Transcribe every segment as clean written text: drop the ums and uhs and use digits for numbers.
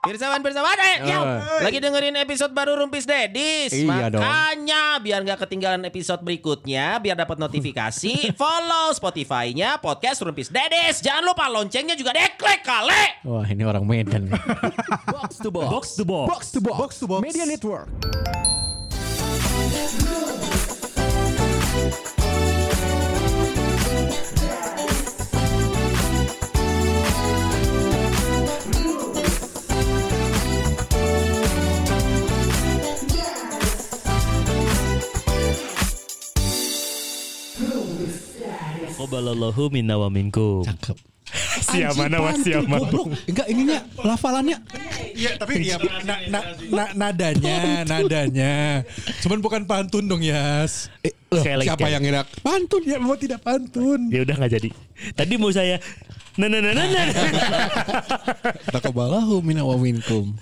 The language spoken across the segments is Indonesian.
Pirsawan, lagi dengerin episode baru Rumpis Dedis. Iya Makanya biar gak ketinggalan episode berikutnya, biar dapat notifikasi, follow Spotify-nya podcast Rumpis Dedis. Jangan lupa loncengnya juga deklik kali. Wah, ini orang Medan nih. Box to box. Media Network. Qabalallahu minna wa minkum. Cakep. Siamana wa siamana. Goblok. Enggak ininya lafalannya. Iya, tapi ya nadanya. Cuman bukan pantun dong, Yas. Siapa yang ngira pantun ya mau tidak pantun? Ya udah enggak jadi. Tadi mau saya Taqabbalahu minna wa minkum.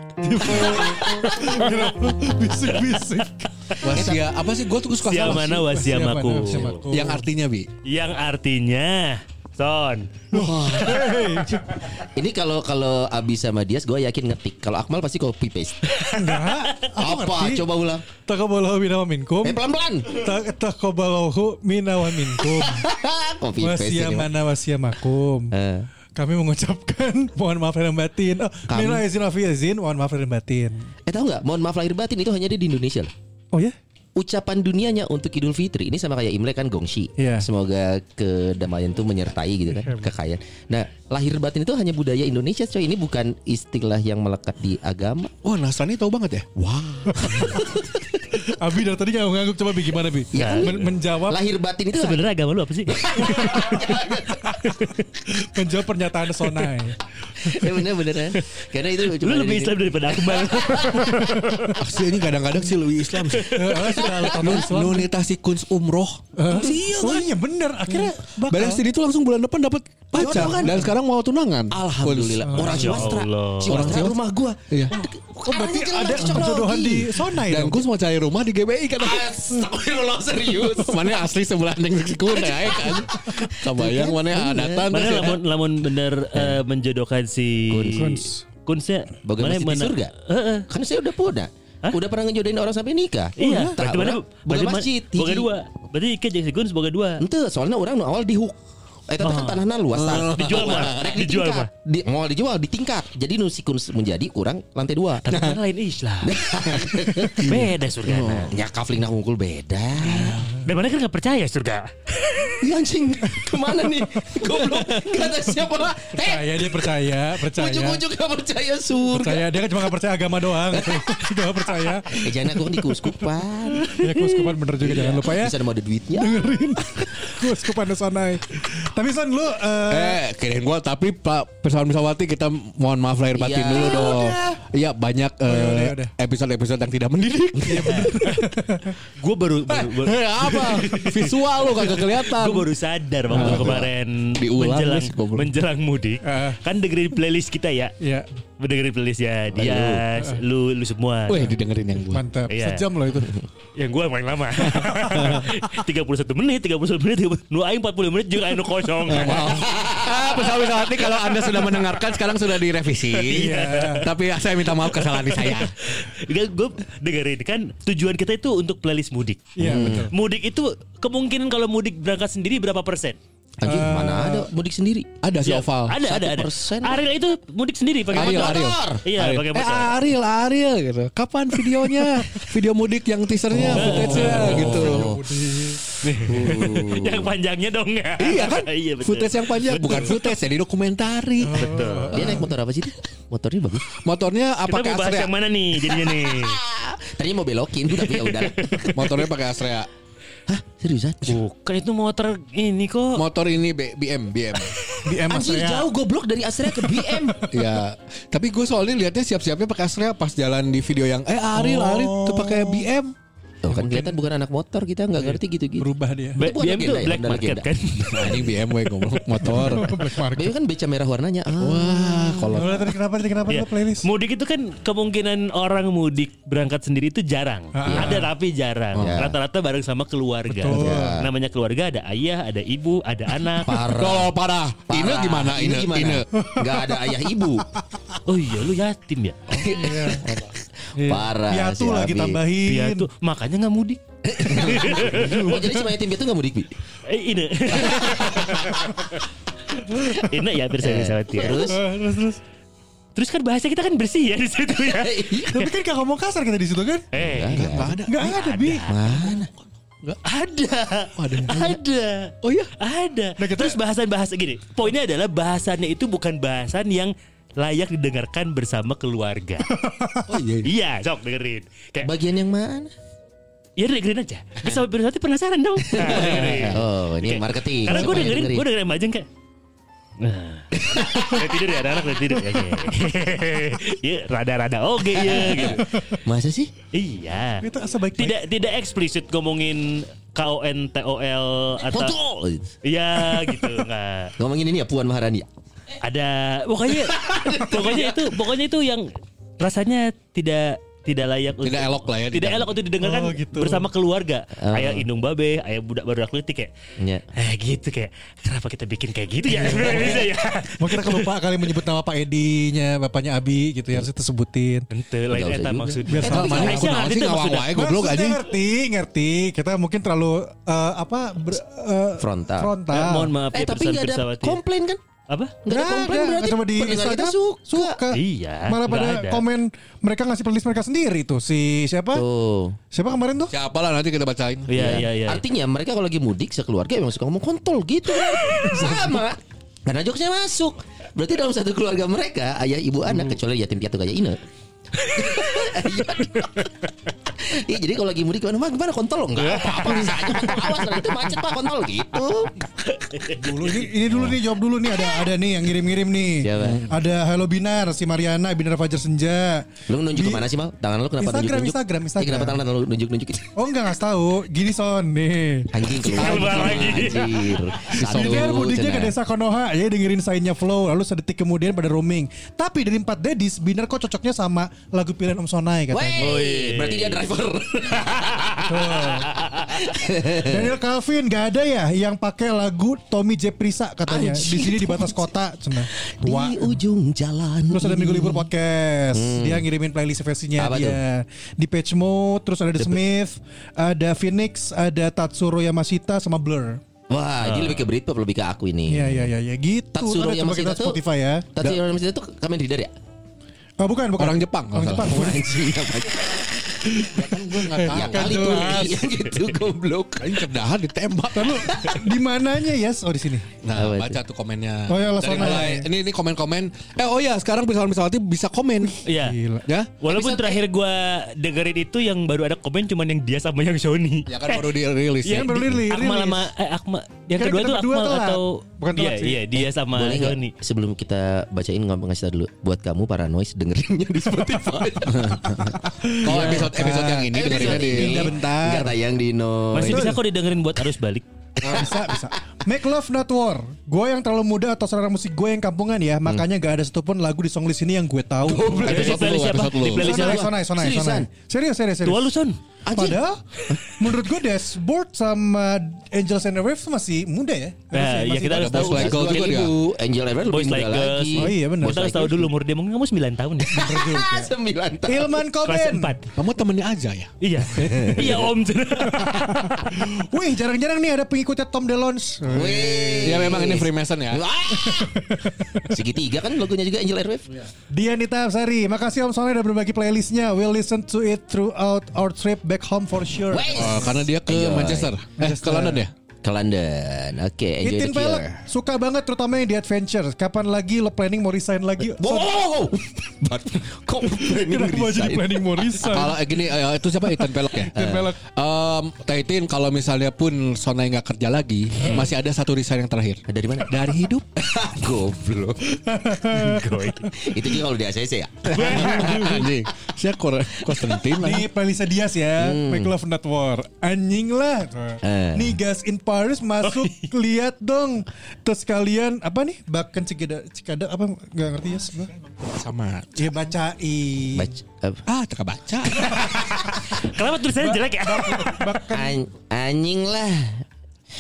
Bisik-bisik. Wasia apa sih? Gue tuh suka salah. Siamana wa siamaku. Yang artinya Bi? Yang artinya Son. Ini kalau Abi sama Dias gue yakin ngetik. Kalau Akmal pasti copy paste. Enggak. Apa? Coba ulang. Taqabbalahu minna wa minkum. Pelan-pelan. Taqabbalahu minna wa minkum. Copy paste ini. Wasiamana wasiamakum. Kami mengucapkan mohon maaf lahir batin. Minal aizin wal faizin, mohon maaf lahir batin. Tahu nggak? Mohon maaf lahir batin itu hanya ada di Indonesia loh. Oh ya? Ucapan dunianya untuk Idul Fitri ini sama kayak Imlek kan gongsi. Iya. Semoga kedamaian itu menyertai gitu kan, kekayaan. Nah, lahir batin itu hanya budaya Indonesia coy. Ini bukan istilah yang melekat di agama. Wah, Nasrani tahu banget ya? Wah. Abi dari tadi ngangguk, coba Bi gimana Bi? Ya, menjawab lahir batin itu sebenarnya agama lu apa sih? menjawab pernyataan Sonai. Ya bener-bener. Karena itu Lu lebih Islam daripada Akmal. Asli ini kadang-kadang sih lebih Islam sih. Nunitasi kunz umroh. Iya bener. Akhirnya Balas sini tuh langsung bulan depan dapat pacar kan? dan sekarang mau tunangan. Alhamdulillah. Orang Ciwastra. Ciwastra rumah gua. Iya. Oh berarti ada perjodohan di Sonai dan dong. Gus mau cari rumah di GBI kan. Astagfirullah serius. Mana asli sebelah neng Sikun ya kan. Kabayang mana datang. Mana lamun bener menjodohkan si Kunsnya Bagaimana di surga? Kan saya udah punya. Udah pernah ngejodohin orang sampai nikah. Iya. Berarti masjid. Boga dua. Berarti Ike jeung si Kuns boga dua. Ente soalnya orang awal dihuk. Tapi kan tanahnya luas. Dijual mah. Dijual mah. Mau dijual di tingkat. Jadi nu si Kuns menjadi kurang lantai 2. Tapi kan lain Islam. Beda surga. Ya kafling nak ngungkul beda. Dan mana kan gak percaya surga. Iya anjing. Kemana nih? Goblok. Kata siapa? Dia percaya. Ujung-ujung gak percaya surga. Percaya. Dia kan cuma gak percaya agama doang. Gak percaya. Jangan aku di Kuskupan. Ya Kuskupan bener juga. Jangan lupa ya. Bisa ada duitnya. Dengerin Kuskupan Sonai. Tapi Son lu kirain gua tapi Pak Pirsawan Misawati kita mohon maaf lahir batin dulu dong. Iya banyak episode-episode yang tidak mendidik. Gue baru apa? Visual lo kagak kelihatan. Gue baru sadar waktu kemarin menjelang mudik. Kan dengerin playlist kita ya. Iya. Dengerin playlist ya dia, lu semua. Wih didengerin yang gue. Mantap. Iya. Sejam loh itu. Yang gue main lama. 31 menit, nu aing 40 menit juga anu kosong. Pesawat Misawati kalau Anda sudah mendengarkan sekarang sudah direvisi. Tapi saya minta maaf kesalahan saya. Gue dengerin kan tujuan kita itu untuk playlist mudik. Iya betul. Mudik itu kemungkinan kalau mudik berangkat sendiri berapa persen? Anjing mana ada mudik sendiri? Ada si Oval. Ada. 1%. Ariel itu mudik sendiri pakai motor. Iya, pakai motor. Ariel gitu. Kapan videonya? Video mudik yang teasernya, footage-nya gitu. Yang panjangnya dong ya. Iya kan? Iya betul. Footage yang panjang bukan footage jadi dokumentari. Betul. Dia naik motor apa sih? Motornya bagus. Motornya apa Kita mau bahas yang mana nih jadinya nih? Tadinya mau belokin tapi ya udah. Motornya pakai Astrea. Hah? Seriusan? Bukan itu motor ini kok. Motor ini BM. BM Anjir Astrea. jauh goblok dari Astrea ke BM. Ya, tapi gue soalnya lihatnya siap-siapnya pakai Astrea pas jalan di video yang Ariel tuh pakai BM. Tuh kan kelihatan bukan anak motor, kita nggak ngerti gitu-gitu. Berubah dia. BM itu black market kan. Nah, ini BMW ngomong motor. Black market. BM kan beca merah warnanya. Wah, kalau Kenapa Ya. playlist? Mudik itu kan kemungkinan orang mudik berangkat sendiri itu jarang. Ada tapi jarang. Rata-rata bareng sama keluarga. Namanya keluarga ada ayah, ada ibu, ada anak. kalau parah. Ini gimana? Ini Gak ada ayah ibu. Oh iya lu yatim ya. Parah. Piatu si lagi Abi. tambahin. Piatu makanya nggak mudik. Oh jadi si yatim piatu nggak mudik Bi? Ini. Ini ya bersawati. Terus kan bahasa kita kan bersih ya di situ ya. Tapi kan gak ngomong kasar kita di situ kan? Nggak ada Bi. Mana? Ada. Oh iya. Ada. Terus bahasan-bahasa gini. Poinnya adalah bahasannya itu bukan bahasan yang layak didengarkan bersama keluarga. Oh iya. Iya, sok dengerin. Kayak Bagian yang mana? ya dengerin aja. Bisa berarti penasaran dong. Nah, dengerin. Oh ini marketing. Karena gue Supaya dengerin Majeng kayak. Nah, udah tidur ya, anak udah tidur ya. Ya, rada-rada oke ya gitu. Masa sih? Iya. Itu sebaik-baik. Tidak eksplisit ngomongin KONTOL atau Foto. iya gitu enggak. Ngomongin ini ya Puan Maharani. Ada pokoknya itu yang rasanya tidak layak Tidak elok lah ya. tidak elok untuk didengarkan gitu. bersama keluarga. Kayak Indung Babe, kayak budak baru kritik kayak. Iya. Gitu kayak kenapa kita bikin kayak gitu ya? Bisa ya. Mungkin kita lupa kali menyebut nama Pak Edi-nya, bapaknya Abi gitu ya, harus kita sebutin. Ente lain Nggak usah eta juga. maksudnya. Biar Eta mana aku naon sih ngawang wae goblok aja. Ngerti. Kita mungkin terlalu Frontal. Mohon maaf ya Tapi nggak ada bersawati. komplain kan? Apa? Nggak ada komplain berarti Cuma di pendengar kita Instagram suka. Iya. Malah pada nggak ada. komen mereka ngasih playlist mereka sendiri tuh. Si siapa? Tuh. Siapa kemarin tuh? Siapa lah nanti kita bacain. Iya. Artinya mereka kalau lagi mudik sekeluarga emang suka ngomong kontol gitu kan. Sama. Karena jokesnya masuk. Berarti dalam satu keluarga mereka ayah ibu anak kecuali yatim piatu kayak Ine. Iya jadi kalau lagi mudik gimana kontol enggak apa-apa bisa aja kontol awas nanti itu macet Pak kontol gitu. Dulu ini dulu nih jawab dulu nih ada nih yang ngirim-ngirim nih. Siapa? Ada Halo Binar, si Mariana, Binar Fajar Senja. Lu nunjuk kemana sih Mal? Tangan lu kenapa nunjuk-nunjuk? Instagram. Kenapa tangan lu nunjuk-nunjuk? Oh enggak ngasih tahu. Gini Son nih. Anjing keluar lagi. Anjir. Binar mudiknya ke cenah. desa Konoha ya dengerin sainnya Flow lalu sedetik kemudian pada roaming. Tapi dari 4 Dedis Binar kok cocoknya sama lagu pilihan Om Sonai katanya. Wey, berarti dia driver. Daniel Calvin gak ada ya yang pakai lagu Tommy J Prisa katanya. Anjing. Di sini di batas kota cenah. Di ujung jalan. Terus ada Minggu Libur Podcast. Dia ngirimin playlist versinya Apa dia. Di Patch Mode, terus ada The Smith, ada Phoenix, ada Tatsuro Yamashita sama Blur. Wah, ini lebih ke Britpop, lebih ke aku ini. Iya gitu. Tatsuro Ada coba Yamashita kita Spotify ya. Tatsuro Yamashita itu Kamen Rider ya? Oh, bukan. Orang Jepang, Orang nggak Jepang. Anjing apa? Ya kali tuh yang gitu goblok. Aing kedahan ditembak. Lalu di mananya Yes? Oh di sini. Nah, Apa baca tuh komennya. Oh ya, Dari langsung mulai ini komen-komen. Oh ya, sekarang Misawati bisa komen. Iya. Gila. Ya? Walaupun terakhir gue dengerin itu yang baru ada komen cuman yang dia sama yang Sony. Ya kan baru dirilis. Iya, ya. baru dirilis. Akmal sama Akmal. Yang Kan kedua kita tuh berdua Akmal telat. atau Bukan telat sih. Iya, dia sama Boleh nggak Sony. sebelum kita bacain ngasih tau dulu buat kamu para noise dengerinnya di Spotify. Kalau episode yang ini dengerinnya di bentar. Enggak tayang di noise. Masih bisa kok didengerin buat arus balik. Bisa. Make Love Not War. Gue yang terlalu muda atau selera musik gue yang kampungan ya. Makanya gak ada satupun lagu di songlist ini yang gue tahu. Di playlist siapa? Di playlist siapa? Sonai. Serius. Tua lu Son. Padahal menurut gue Dashboard sama Angels and Waves masih muda ya. Nah, ya kita harus ada tahu. Boys Like Girls juga dia. Angel Ever lebih Boys muda Like Girls. lagi. Oh iya benar. Kita harus tahu dulu umur dia. Mungkin kamu 9 tahun ya. 9 tahun. Ilman Kelas Komen. 4. Kamu temennya aja ya? Iya. Iya Om. Wih jarang-jarang nih ada pengikutnya Tom DeLonge. Wih. Ya memang ini Freemason ya. Wah. Segitiga kan logonya juga Angel Airwave. Dianita Absari. Makasih Om Sonai udah berbagi playlistnya. We'll listen to it throughout our trip back home for sure. Karena dia ke Manchester. Ke London ya? Ke London. Oke, enjoy Itin the Pelek killer. suka banget terutama yang di Adventure. Kapan lagi lo planning mau resign lagi? Wow. Kok planning Kenapa jadi resign? planning mau resign? Kalau gini itu siapa Ethan Pelek ya? Ethan Pelek. Taitin kalau misalnya pun Sonai nggak kerja lagi, masih ada satu resign yang terakhir. Dari mana? Dari hidup. Goblok. Itu juga kalau di ACC ya. Anjing. Saya Konstantin lah. Ini playlistnya Dias ya. Make Love Not War. Anjing lah. Niggas in Paris masuk. Lihat dong. Terus kalian apa nih? Bahkan cikada apa? Gak ngerti ya. Sama. Ya bacain. Teka baca. Kenapa tulisannya jelek ya? Anjing lah.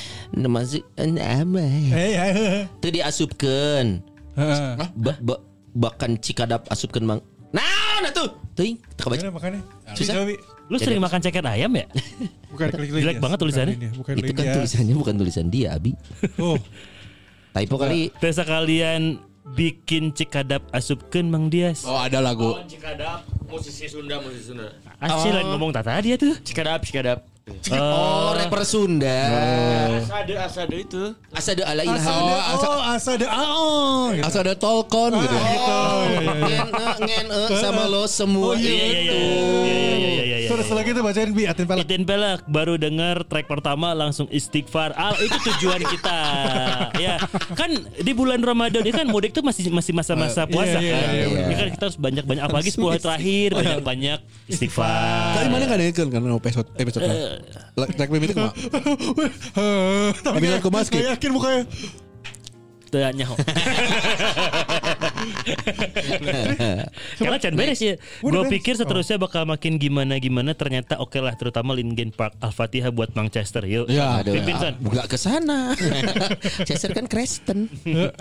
Masuk nama. Itu diasupkan. bahkan cikadap asupkeun mang. Nah tuh. Teuing, teu kabaca. Makanya. Susah. Lu sering makan ceker ayam ya? Bukan klik-klik. Jelek banget tulisannya. Itu kan tulisannya bukan tulisan dia, Abi. Oh. Typo kali. Terus kalian bikin cikadap asupkeun Mang Dias. Oh ada lagu. Cikadap, musisi Sunda. Asli lain ngomong tata dia tuh. Cikadap. Oh, rapper Sunda. Asade itu. Asade ala ilaha. Asade Asal ada tolkon gitu. Ngen sama lo semua itu. Iya. Terus lagi itu bacain Bi Atin Pelak. Itin Pelak baru dengar track pertama langsung istighfar. Itu tujuan kita. Ya, kan di bulan Ramadan ini kan mudik tuh masih masa-masa puasa kan. Ini kan kita harus banyak-banyak apalagi 10 hari terakhir banyak-banyak istighfar. Kali mana enggak ada kan episode track limit itu mah. Bilang ke Mas Ki. Yakin mukanya. Tanya. Karena can beres ya. Gue pikir seterusnya bakal makin gimana ternyata oke lah terutama Linkin Park Al-Fatihah buat Manchester. Yuk. Ya, Pimpin Son. Enggak ke sana. Chester kan Kristen.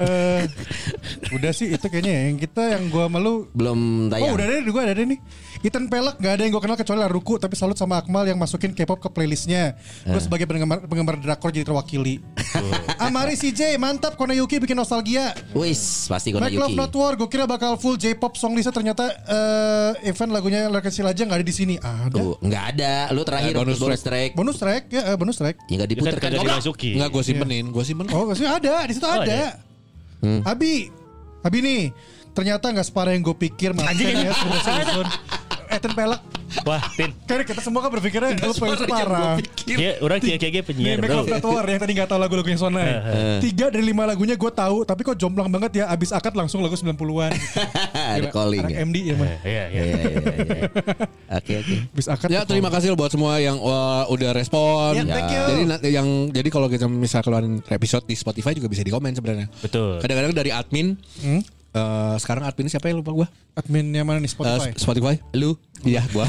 Udah sih itu kayaknya yang kita yang gua malu Belum tayang. Oh udah ada gue ada nih. Ethan Pelak gak ada yang gue kenal kecuali Laruku, tapi salut sama Akmal yang masukin K-pop ke playlistnya. Terus sebagai penggemar drakor jadi terwakili. Amari CJ mantap, Konayuki bikin nostalgia. Wis pasti Kona Make Love Yuki. Not War, gue kira bakal full J-pop song lista, ternyata event lagunya Leksil aja gak ada di sini. Ada. Enggak ada. Lu terakhir bonus track. Bonus track ya, bonus track. Ya enggak diputar kan. Kagak dimasuki. Enggak gue simpenin. Oh, sih ada di situ ada. Abi nih. Ternyata gak separah yang gue pikir. Anjing ya susun. Ethan Pelak. Wah, Tin. Karena kita semua kan berpikirnya lu paling parah. Ya, orang kayak penyiar. Make Love Not War yang tadi gak tahu lagu-lagunya Sona. 3 dari 5 lagunya gue tahu, tapi kok jomplang banget ya. Abis akad langsung lagu 90-an. Ada calling Anak ya. MD ya man. Iya. Oke. Abis akad. Ya terima kasih buat semua yang udah respon. Ya, thank you. Jadi kalau kita misal keluarin episode di Spotify juga bisa di komen sebenarnya. Betul. Kadang-kadang dari admin. Sekarang admin siapa ya lupa gue? Adminnya mana nih Spotify? Spotify. Lu? Iya gue.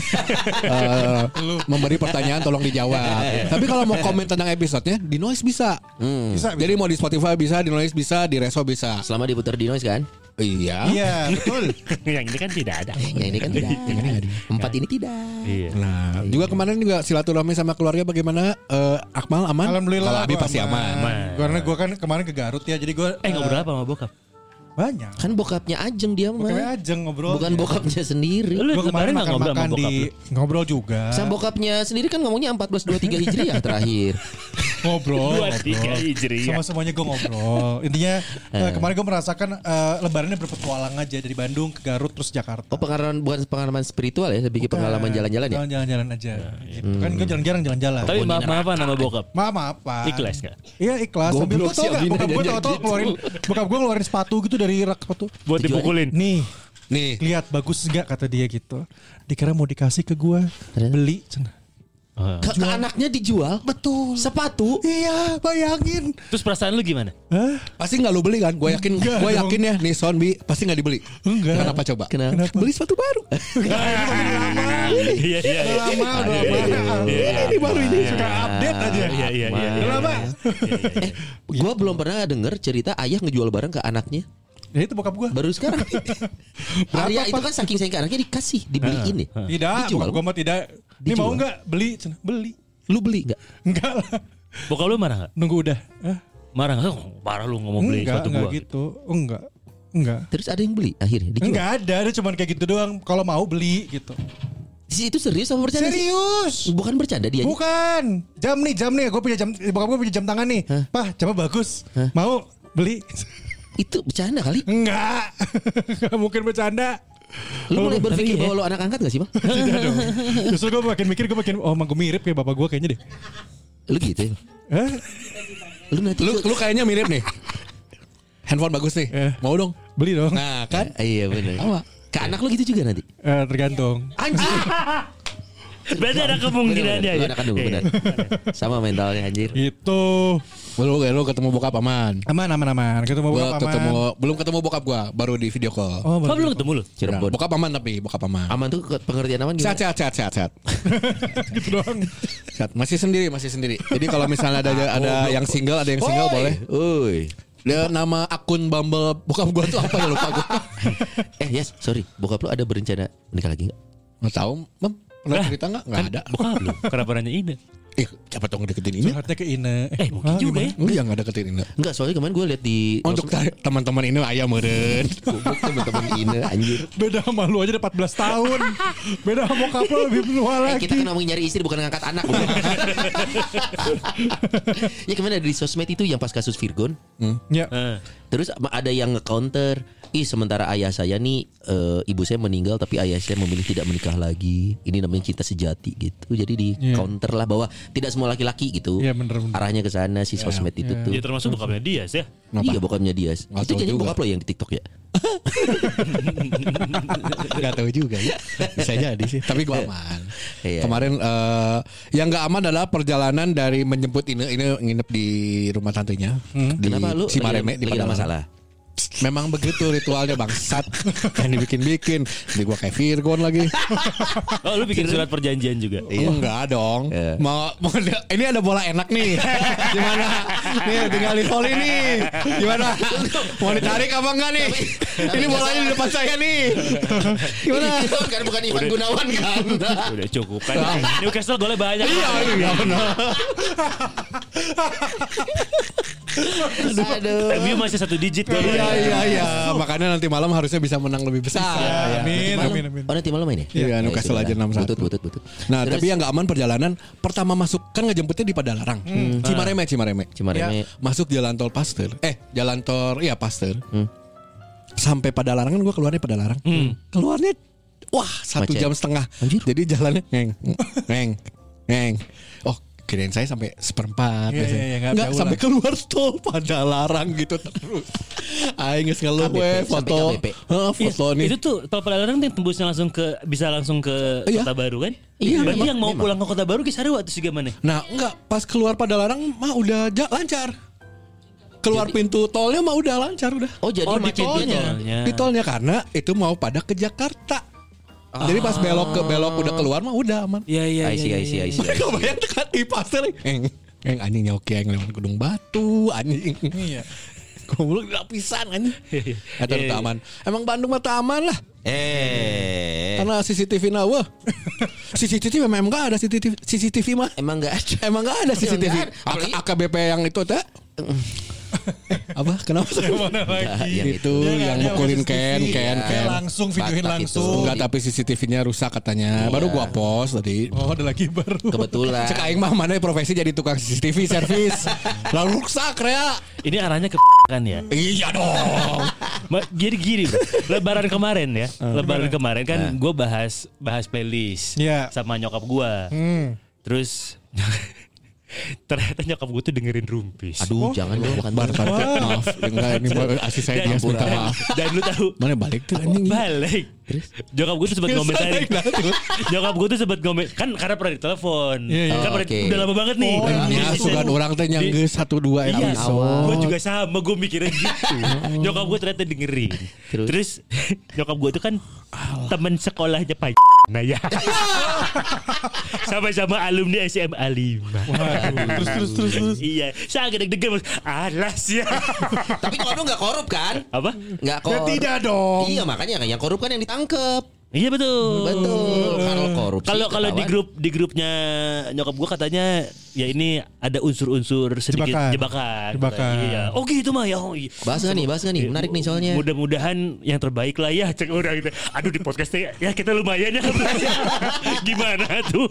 Memberi pertanyaan tolong dijawab. Tapi kalau mau komen tentang episodenya di Noise bisa. Bisa. Jadi mau di Spotify bisa, di Noise bisa, di Reso bisa. Selama diputar di noise kan? Iya. Iya betul. Yang ini kan tidak ada. Yang ini kan tidak. Empat ini tidak. Iya. Nah, juga kemarin juga silaturahmi sama keluarga bagaimana? Akmal aman? Alhamdulillah. Kalau Abi gua pasti aman. Karena gue kan kemarin ke Garut ya, jadi gue Ngobrol apa sama bokap? banyak. Kan bokapnya Ajeng dia mah. Bokapnya Ajeng ngobrol. Bukan bokapnya sendiri. Lu Gue kemarin kemarin nggak ngobrol sama makan-makan bokap di lu? ngobrol juga. Sama bokapnya sendiri kan ngomongnya 1423 Hijriah terakhir. Ngobrol. 23 Hijriah. Sama semuanya gue ngobrol. Intinya kemarin gue merasakan lebarannya berpetualang aja dari Bandung ke Garut terus Jakarta. Oh pengalaman bukan pengalaman spiritual ya, lebih ke pengalaman jalan-jalan ya. Jalan-jalan aja. Gitu. Kan gue jarang-jarang jalan-jalan. Tapi maaf nama bokap. Maaf apa? Ikhlas gak? Iya ikhlas. Sambil gue tau gak bokap gue tau keluarin, bokap gue ngeluarin sepatu gitu dari rak sepatu. Buat dipukulin. Nih lihat bagus gak kata dia gitu. Dikira mau dikasih ke gue, beli. Ke anaknya dijual. Betul. Sepatu. Iya bayangin. Terus perasaan lu gimana? Pasti nggak lu beli kan? Gue yakin ya nih Sonbi pasti nggak dibeli. Enggak. Kenapa coba? Kenapa? Beli sepatu baru. Iya. Udah lama. Ini baru ini suka update aja. Iya. Udah lama. Gue belum pernah denger cerita ayah ngejual barang ke anaknya. Ya itu bokap gue. Baru sekarang. Arya itu kan saking sayang ke anaknya dikasih, dibeliin nih. Tidak, bokap gue mah tidak. Ini mau nggak beli? Beli. Lu beli nggak? Enggak lah. Bokap lu marah gak? Nunggu udah. Marah gak? Parah lu ngomong beli sepatu Enggak gua. gitu. Enggak. Terus ada yang beli akhirnya dijual. Enggak ada, dia cuma kayak gitu doang. Kalau mau beli gitu. Itu serius apa bercanda? Serius. Bukan bercanda dia. Bukan. Jam nih. Gue punya jam. Bokap gue punya jam tangan nih. Pah, jamnya bagus. Mau beli? Itu bercanda kali. Enggak. Enggak mungkin bercanda. Lu mulai berpikir bahwa lu anak angkat gak sih bang? Tidak dong. Justru gue makin mikir, emang gue mirip kayak bapak gue kayaknya deh. Lu gitu ya? Hah? Lu kayaknya mirip nih. Handphone bagus nih. Mau dong? Beli dong. Nah kan? Iya benar. Ke anak lu gitu juga nanti? Tergantung. Anjir. Berarti ada kemungkinannya ya. Anak kandung benar. Sama mentalnya anjir. Itu. Lu ketemu bokap aman. Aman. Ketemu Gua bokap aman. belum ketemu bokap gua, baru di video call. Oh, Kok belum ketemu lu? Cirebon. Bokap aman tapi bokap aman. Aman tuh pengertian aman gimana? Sehat. Gitu doang. Sehat. Masih sendiri. Jadi kalau misalnya ada yang single, boleh. Uy. Dia nama akun Bumble bokap gua tuh apa ya lupa gua. Yes, sorry. Bokap lu ada berencana menikah lagi enggak? Nggak tahu, Mam. Pernah cerita nggak? Nggak ada. Bokap lu. Kenapa nanya ini? Siapa tahu ngedeketin ini? Curhatnya ke Ine. Mungkin juga ya. Enggak nggak deketin ini. Enggak, soalnya kemarin gue lihat di Untuk teman-teman ini ayah meren. Goblok teman-teman ini anjir. Beda sama lu aja udah 14 tahun. Beda sama bokap lu lebih tua lagi. Kita kan ngomongin nyari istri bukan ngangkat anak. Ya kemarin ada di sosmed itu yang pas kasus Virgon. Ya. Terus ada yang nge-counter, sementara ayah saya nih ibu saya meninggal tapi ayah saya memilih tidak menikah lagi. Ini namanya cinta sejati gitu. Jadi di counter lah bahwa tidak semua laki-laki gitu. Iya, bener. Arahnya ke sana si sosmed itu tuh. Dia termasuk bokapnya Dias ya. Iya bokapnya Dias. Nggak Itu tahu jadi juga. bokap lo yang di TikTok ya. Gak tahu juga ya. Bisa jadi sih. Tapi gua aman. Iya. Kemarin yang gak aman adalah perjalanan dari menjemput ini nginep di rumah tantenya. Di Kenapa lu Cimareme di lagi ada Padalarang. masalah? Memang begitu ritualnya bangsat. Yang dibikin-bikin. Jadi gua kayak Virgon lagi. Oh lu bikin surat perjanjian juga. Enggak dong. Iya. Mau ini ada bola enak nih. Gimana? Nih tinggal di volley nih. Gimana? Mau ditarik apa enggak nih? Ini bolanya di depan saya nih. Gimana? Kan bukan Ivan Gunawan kan. Udah cukup kan. Newcastle golnya banyak. Iya benar. Aduh. MU masih 1 digit golnya. Iya. Makanya nanti malam harusnya bisa menang lebih besar. Amin. Oh nanti malam main ya? Iya, Newcastle aja 6-1. Butut. Nah, Terus? tapi yang nggak aman perjalanan pertama masuk kan ngejemputnya di Padalarang. Cimareme. Cimareme. Masuk jalan tol Pasteur. Jalan tol Pasteur. Sampai Padalarang kan gue keluarnya Padalarang. Keluarnya wah 1 Macet. jam setengah. Anjir. Jadi jalannya ngeng. Oh, kirain saya sampai seperempat. Iya, biasanya. iya, nggak Nggak jauh sampai lah. keluar tol Padalarang gitu terus. Aing geus ngeluh KBP, we sampai foto. KBP. Foto nih. Itu tuh tol Padalarang tuh tembusnya bisa langsung ke Iya. Kota Baru kan? Iya, Berarti memang, yang mau pulang ke Kota Baru kisah waktu sih gimana? Nah enggak pas keluar Padalarang mah udah lancar. Keluar pintu tolnya mah udah lancar udah. Oh jadi Oh, di macet tolnya. gitu. Di tolnya karena itu mau pada ke Jakarta. Jadi pas belok udah keluar mah udah aman. Iya. I see. Kebayang dekat di pasar anjing nyoki yang lewat Gunung Batu anjing. Iya. Goblok lapisan anjing. Eta teu aman. Emang Bandung mah teu aman lah. Karena CCTV na wah. CCTV memang enggak ada CCTV mah. Emang enggak ada. Emang enggak ada CCTV. Nggak ada. Apalagi- AKBP yang itu teh. Apa? Kenapa? Mana lagi? yang Itu yang mukulin Ken. Langsung videoin Batak langsung. Enggak, tapi CCTV-nya rusak katanya. Baru gua post tadi. Oh, ada lagi baru. Kebetulan. Cek aing mah mana profesi jadi tukang CCTV servis. Lalu rusak Rea. Ini arahnya ke kan ya. Iya dong. Gini bro. Lebaran kemarin ya. Lebaran kemarin kan gue bahas playlist Iya. sama nyokap gue. Terus ternyata nyokap gue tuh dengerin Rumpis. Aduh, jangan dong bukan Bar maaf. Enggak ini asli saya dia minta maaf. Dan lu tahu Mana balik tuh anjing. balik. Nyokap gue tuh sempat komentari. Nyokap gue tuh sempat komen kan karena pernah ditelepon. Iya. Kan pernah- Oke. udah lama banget nih. Ya sugan orang teh nyanggeus 1-2 Iya, episode. gue juga sama, gue mikirnya gitu. Nyokap gue ternyata dengerin. Terus nyokap gue itu kan teman sekolahnya Pak. Nah ya. Sama-sama alumni SMA 5. Terus. Iya, saya agak deg-degan. Alas ya. Tapi kalau nggak korup kan? Apa? Nggak korup. Tidak dong. Iya makanya yang korup kan yang ditangkep. Iya betul. Kalau korupsi Kalau di grupnya nyokap gue katanya ya ini ada unsur-unsur sedikit Jebakan. jebakan. Iya. Oh gitu mah ya. Oh, iya. Bahas nggak nih? Menarik nih soalnya. Mudah-mudahan yang terbaik lah ya cek orang gitu. Aduh di podcastnya ya kita lumayan ya. Gimana tuh?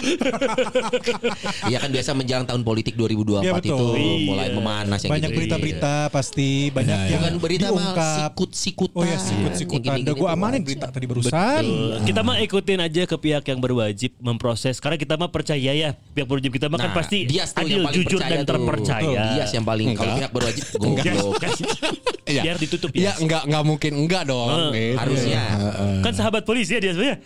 Iya kan biasa menjelang tahun politik 2024 Iya, itu betul. mulai memanas yang Banyak gitu. berita-berita pasti banyak yang Bukan berita mah diungkap. sikut-sikutan. Oh ya sikut-sikutan. Udah gue amanin berita tadi barusan. Kita mah ikutin aja ke pihak yang berwajib memproses karena kita mah percaya ya pihak berwajib kita mah kan pasti Dias tuh adil, yang paling jujur percaya dan tuh. terpercaya. Dias yang paling kalau pihak berwajib goblok. Iya. Biar ditutup Iya ya. enggak mungkin enggak dong. Gitu. Harusnya. Kan sahabat polisi ya dia sebenarnya.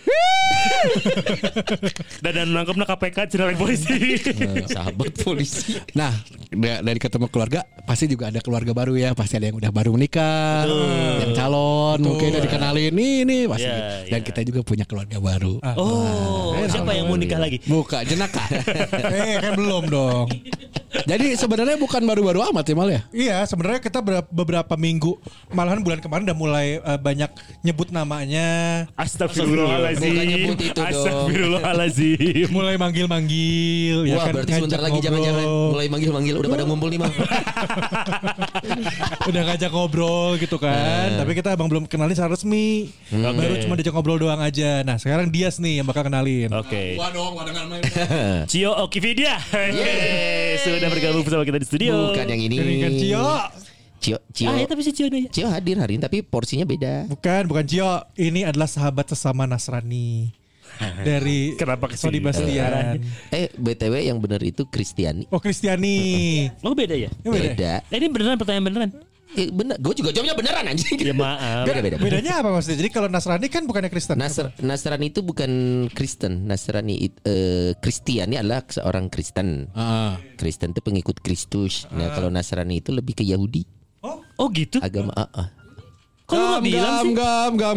Dan nangkepnya KPK cenderung polisi. Sahabat polisi. Nah, dari ketemu keluarga pasti juga ada keluarga baru ya, pasti ada yang udah baru menikah, yang calon mungkin udah dikenalin ini pasti. Iya, Dan iya. kita juga punya keluarga baru. Oh, siapa yang mau nikah lagi? Buka jenaka. Kan belum dong. Jadi sebenarnya bukan baru-baru amat ya Mal ya? Iya, sebenarnya kita beberapa minggu, malahan bulan kemarin udah mulai banyak nyebut namanya. Astagfirullahaladzim. Bukan nyebut itu dong. Astagfirullahaladzim. Mulai manggil-manggil. Wah, berarti sebentar lagi jangan-jangan mulai manggil-manggil udah pada ngumpul nih Mal. Udah ngajak ngobrol gitu kan. Tapi kita abang belum kenalin secara resmi. Baru cuma diajak ngobrol doang aja. Nah sekarang Dias nih yang bakal kenalin. Oke. Wah dong, dengan main. Cio Okividia. Sudah bergabung bersama kita di studio. Bukan yang ini. Kan Cio. Cio. Ah, ya, tapi si Cio nih. Cio hadir hari ini tapi porsinya beda. Bukan Cio. Ini adalah sahabat sesama Nasrani. Dari Kenapa kesini? Sodi Bastian. BTW yang benar itu Kristiani. Oh Kristiani. Oh beda ya? Beda. Ini beneran pertanyaan beneran. Bener, gue juga jawabnya beneran anjing. Ya maaf. Beda. Bedanya apa maksudnya? Jadi kalau Nasrani kan bukannya Kristen. Nasrani itu bukan Kristen. Nasrani Kristiani adalah seorang Kristen. Kristen itu pengikut Kristus. Nah, kalau Nasrani itu lebih ke Yahudi. Oh gitu? Agama Kok lu gak bilang sih? Gam.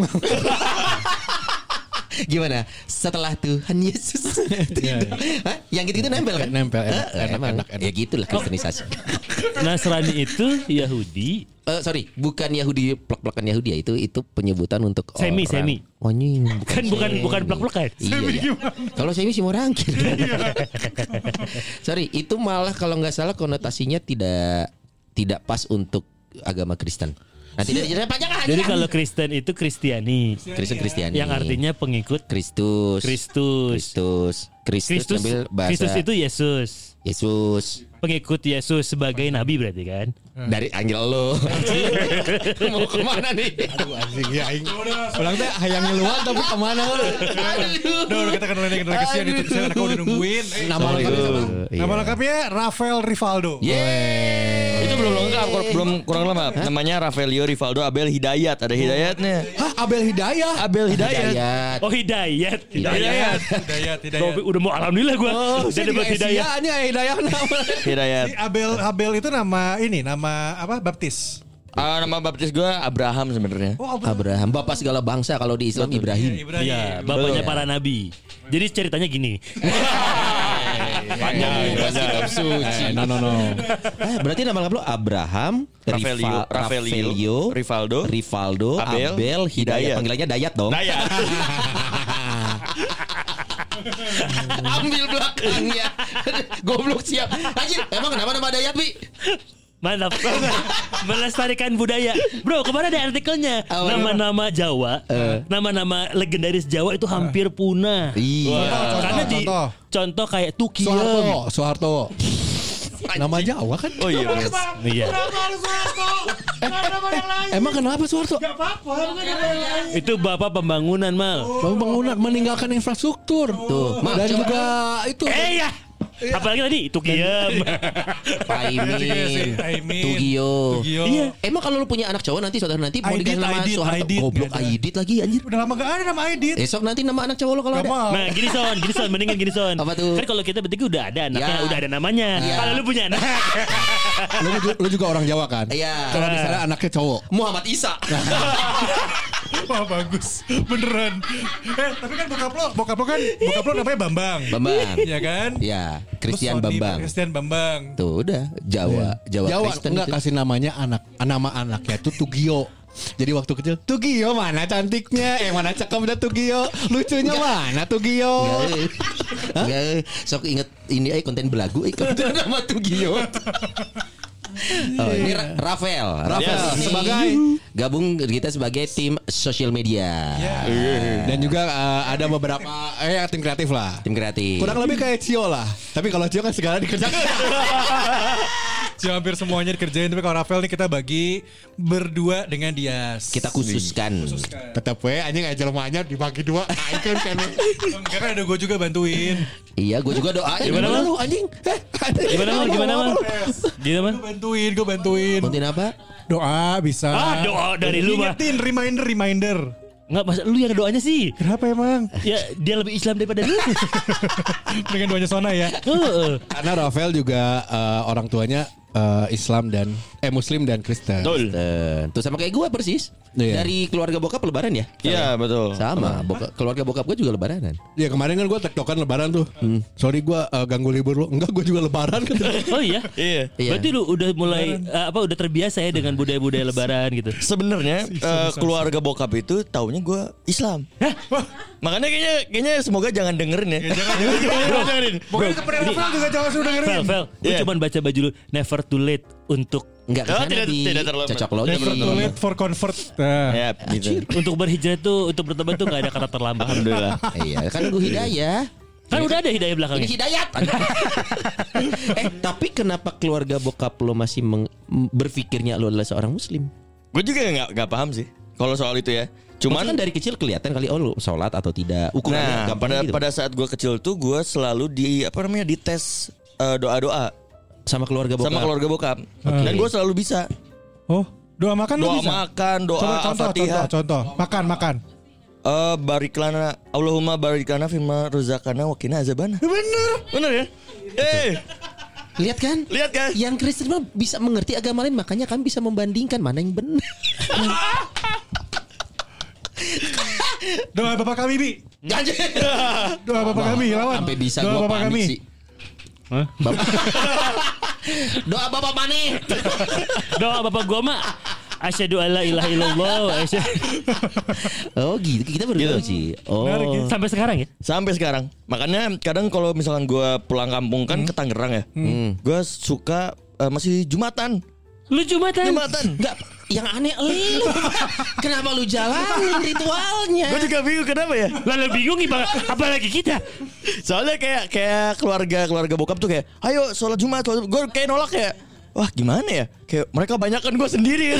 Gimana? Setelah Tuhan Yesus. Hah? Yang gitu-gitu nempel kan? Nempel, enak. Ya gitulah kristenisasi. Nasrani itu Yahudi. Sorry, bukan Yahudi plek-plekan Yahudi ya, itu penyebutan untuk Semi. Oh, anjing, Bukan plek-plekan. Iya. Kalau semi sih mau rangkir. Sorry, itu malah kalau nggak salah konotasinya tidak pas untuk agama Kristen. Nah, tidak dijelasin panjang aja. Jadi kalau Kristen itu Kristiani. Kristiani. Yang artinya pengikut Kristus. Kristus ambil bahasa Kristus itu Yesus. Pengikut Yesus sebagai nabi berarti kan? Dari anggil lo. Mau kemana nih? Aduh anjing ya aing. Ulang teh hayang ngeluar tapi kemana lu? Udah kita kenalin kesian itu. Saya udah nungguin. Nama lengkapnya siapa? Nama lengkapnya Rafael Rivaldo. Itu belum lengkap, belum kurang lama. Namanya Rafaelio Rivaldo Abel Hidayat. Ada Hidayatnya. Hah, Abel Hidayat. Abel Hidayat. Oh Hidayat. Hidayat. Robi udah mau alhamdulillah gue. Saya dapat Hidayat. Ini Hidayat nama. Hidayat. Si Abel itu nama apa? Baptis. Nama baptis gue Abraham sebenarnya. Oh, Abraham, bapak segala bangsa, kalau di Islam Ibrahim. Iya, bapaknya para nabi. Jadi ceritanya gini. Panjang kitab suci. No. Berarti nama lengkap lo Abraham, Rafaelio, Rivaldo, Abel, Hidayat. Hidayat. Panggilannya Dayat dong. Dayat. Ambil belakangnya. Goblok siap. Anjir, emang kenapa nama Dayat, Bi? Mantap. Melestarikan budaya. Bro, kemarin ada artikelnya. Nama-nama Jawa, nama-nama legendaris Jawa itu hampir punah. Iya. Karena contoh kayak Tukiem. Soeharto. Nama Jawa kan? Oh iya. Iya. Emang kenapa Soeharto? Itu bapak pembangunan, Mal. Bangunan meninggalkan infrastruktur. Tuh, Dan juga itu. Ya. Apalagi tadi Tukiem. Paimin, Tugio. Iya. Emang kalau lu punya anak cowok nanti suatu hari nanti mau dikasih nama Soeharto. Aidit. Goblok Aidit lagi anjir. Udah lama gak ada nama Aidit. Besok nanti nama anak cowok lo kalau ada. Nah, gini son, mendingan gini son. Apa tuh? Kan kalau kita bertiga udah ada anaknya, Ya. udah ada namanya. Ya. Kalau lu punya anak, Lu juga orang Jawa kan? Iya. Kalau misalnya anaknya cowok. Muhammad Isa. Wah bagus. Beneran. Tapi kan bokap lo namanya Bambang. Iya kan? Ya, Christian Terus Sony, Bambang. Christian Bambang. Tuh udah Jawa Kristen enggak itu. kasih namanya nama anaknya tuh Tugio. Jadi waktu kecil Tugio mana cantiknya, mana cakepnya Tugio, lucunya mana Tugio. Enggak. Sok inget ini konten belagu nama Tugio. Oh, ini Rafael ini sebagai gabung kita sebagai tim sosial media. dan juga ada beberapa tim kreatif lah. Tim kreatif. Kurang lebih kayak Cio lah. Tapi kalau Cio kan segala dikerjakan. Cio hampir semuanya dikerjain. Tapi kalau Rafael nih kita bagi berdua dengan Dias. Kita khususkan. Tetap anjing aja lemahnya dibagi dua. Icon kan. Enggak kan ada gue juga bantuin. Iya, gue juga doain. Gimana lu anjing? Gimana mal? Gue bantuin. Konten apa? Doa bisa. Doa dari lu mah. Ingetin reminder. Enggak, masa lu yang ada doanya sih. Kenapa emang? Ya dia lebih Islam daripada lu. Dengan doanya Sona ya. Karena Rafael juga orang tuanya Islam dan Muslim dan Kristen. Betul. Tuh sama kayak gue persis. Iya. Dari keluarga bokap lebaran ya? Iya betul. Sama, keluarga bokap gue juga lebaran. Ya kemarin kan gue tektokan lebaran tuh. Sorry gue ganggu libur lu. Enggak, gue juga lebaran kan. Oh iya. Iya. Berarti lu udah mulai udah terbiasa ya dengan budaya-budaya lebaran gitu. Sebenarnya keluarga bokap itu taunya gue Islam. Makanya kayaknya semoga jangan dengerin ya. Jangan dengerin. Pokoknya kepada Rafael juga jangan sudah dengerin. Fel, lu cuman baca baju lu never too late untuk Enggak kesana tidak terlalu cocok logi. Never too late for convert. Nah. Ya, gitu. untuk berhijrah tuh, untuk bertobat tuh gak ada kata terlambat. Alhamdulillah. Iya, kan nunggu hidayah. Kan udah ada hidayah Ini belakangnya. hidayat. Tapi kenapa keluarga bokap lo masih berpikirnya lo adalah seorang muslim? Gue juga nggak paham sih kalau soal itu ya. Cuman kan dari kecil kelihatan kali lo sholat atau tidak. Ukurannya Nah, gampang gitu. pada saat gue kecil tuh gue selalu dites doa-doa sama keluarga bokap. sama keluarga bokap. Dan gue selalu bisa. Oh, doa makan lu Doa bisa? makan, doa Coba Al-Fatihah. contoh. Makan. Bariklana Allahumma bariklana fima razaqana wa qina azabana. Bener ya? Lihat kan? Yang Kristen mah bisa mengerti agama lain, makanya kami bisa membandingkan mana yang benar. Doa Bapak kami, Bi. Doa Bapak kami, lawan. Sampai bisa Doa gua Bapak panik kami. sih. Doa bapak mana? Doa bapak gua mah asyhadu alla ilaha illallah. Oh gitu, kita baru tahu sih. Oh. Sampai sekarang ya? Sampai sekarang. Makanya kadang kalau misalkan gue pulang kampung kan ke Tangerang ya. Gue suka masih Jumatan. Lu Jumatan? Enggak, yang aneh lu. Kenapa lu jalanin ritualnya? Gue juga bingung kenapa ya. Lalu bingung apalagi kita. Soalnya kayak keluarga bokap tuh kayak, ayo sholat Jumat. Gue kayak nolak kayak, wah gimana ya? Kayak mereka banyak kan gue sendiri.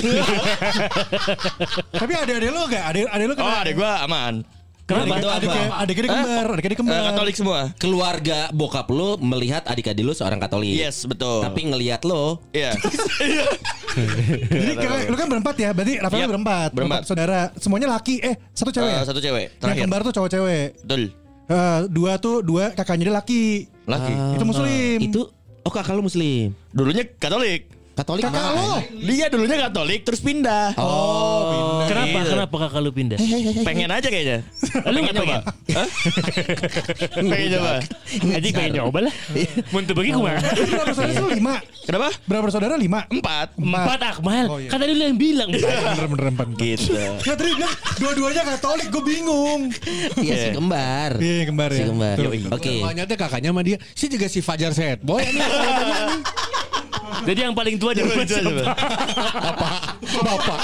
Tapi ada lu enggak? Ada lu Oh adek gue aman. Kenapa? Itu apa? Adik-adik kembar. Katolik semua. Keluarga bokap lu melihat adik-adik lu seorang Katolik. Yes betul. Tapi ngelihat lo, Iya. Jadi lu kan berempat ya? Berarti Rafael Yap, berempat. berempat. Saudara. Semuanya laki. Satu cewek ya? Satu cewek. Yang Terakhir. kembar tuh cowok-cewek. Betul. Dua kakaknya dia laki. Laki. Itu muslim. itu kakak lu muslim. Dulunya Katolik. Katolik. Kakak lo. Dia dulunya Katolik terus pindah. Kenapa kakak lu pindah? Pengen aja kayaknya. Lu nggak pengen? Hah? Pengen coba. Aji pengen nyoba lah. Mun teu bagi kumaha? Berapa saudara lu 5? Kenapa? Berapa saudara 5? 4. 4 Akmal. Oh, iya. Kan tadi lu yang bilang. Bener 4. Gitu. Nggak tadi bilang dua-duanya Katolik, gue bingung. Iya si kembar. Iya kembar ya. Si kembar. Tuh. Oke. Namanya teh kakaknya sama dia. Si juga si Fajar Set Boy. Jadi yang paling tua di rumah siapa? Bapak.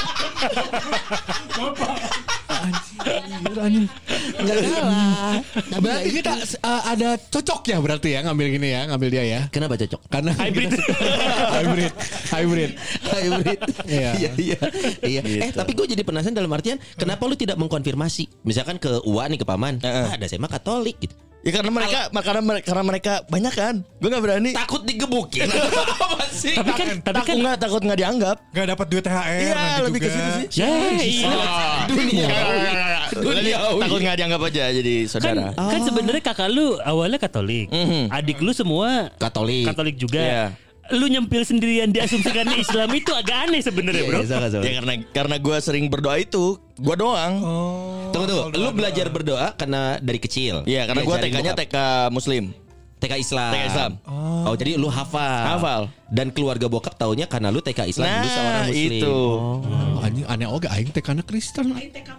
Anjing. Enggak kalah. Berarti kita ada cocoknya berarti ya ngambil gini ya, ngambil dia ya. Kenapa cocok? Karena Hybrid. hybrid. Iya. Iya. Tapi gue jadi penasaran dalam artian kenapa lu tidak mengkonfirmasi? Misalkan ke Uwa nih, ke paman. Ada saya mah Katolik gitu. Ya karena mereka banyak kan. Gue nggak berani. Takut digebukin. Apa sih? Tapi kan Takut nggak dianggap. Gak dapat duit THR. Iya nanti lebih ke juga. situ sih. Dunia. Takut nggak dianggap aja jadi saudara. Kan sebenarnya kakak lu awalnya Katolik. Adik lu semua Katolik juga. Iya. Lu nyempil sendirian diasumsikan Islam itu agak aneh sebenarnya, Bro. Ya karena gue sering berdoa itu, gue doang. Tunggu. Lu belajar berdoa karena dari kecil. Iya karena gue TK-nya TK Muslim. TK Islam. TK Islam. Oh, jadi lu hafal. Dan keluarga bokap taunya karena lu TK Islam dulu seorang muslim. Itu. Anjing aneh oge aing teh kana Kristen.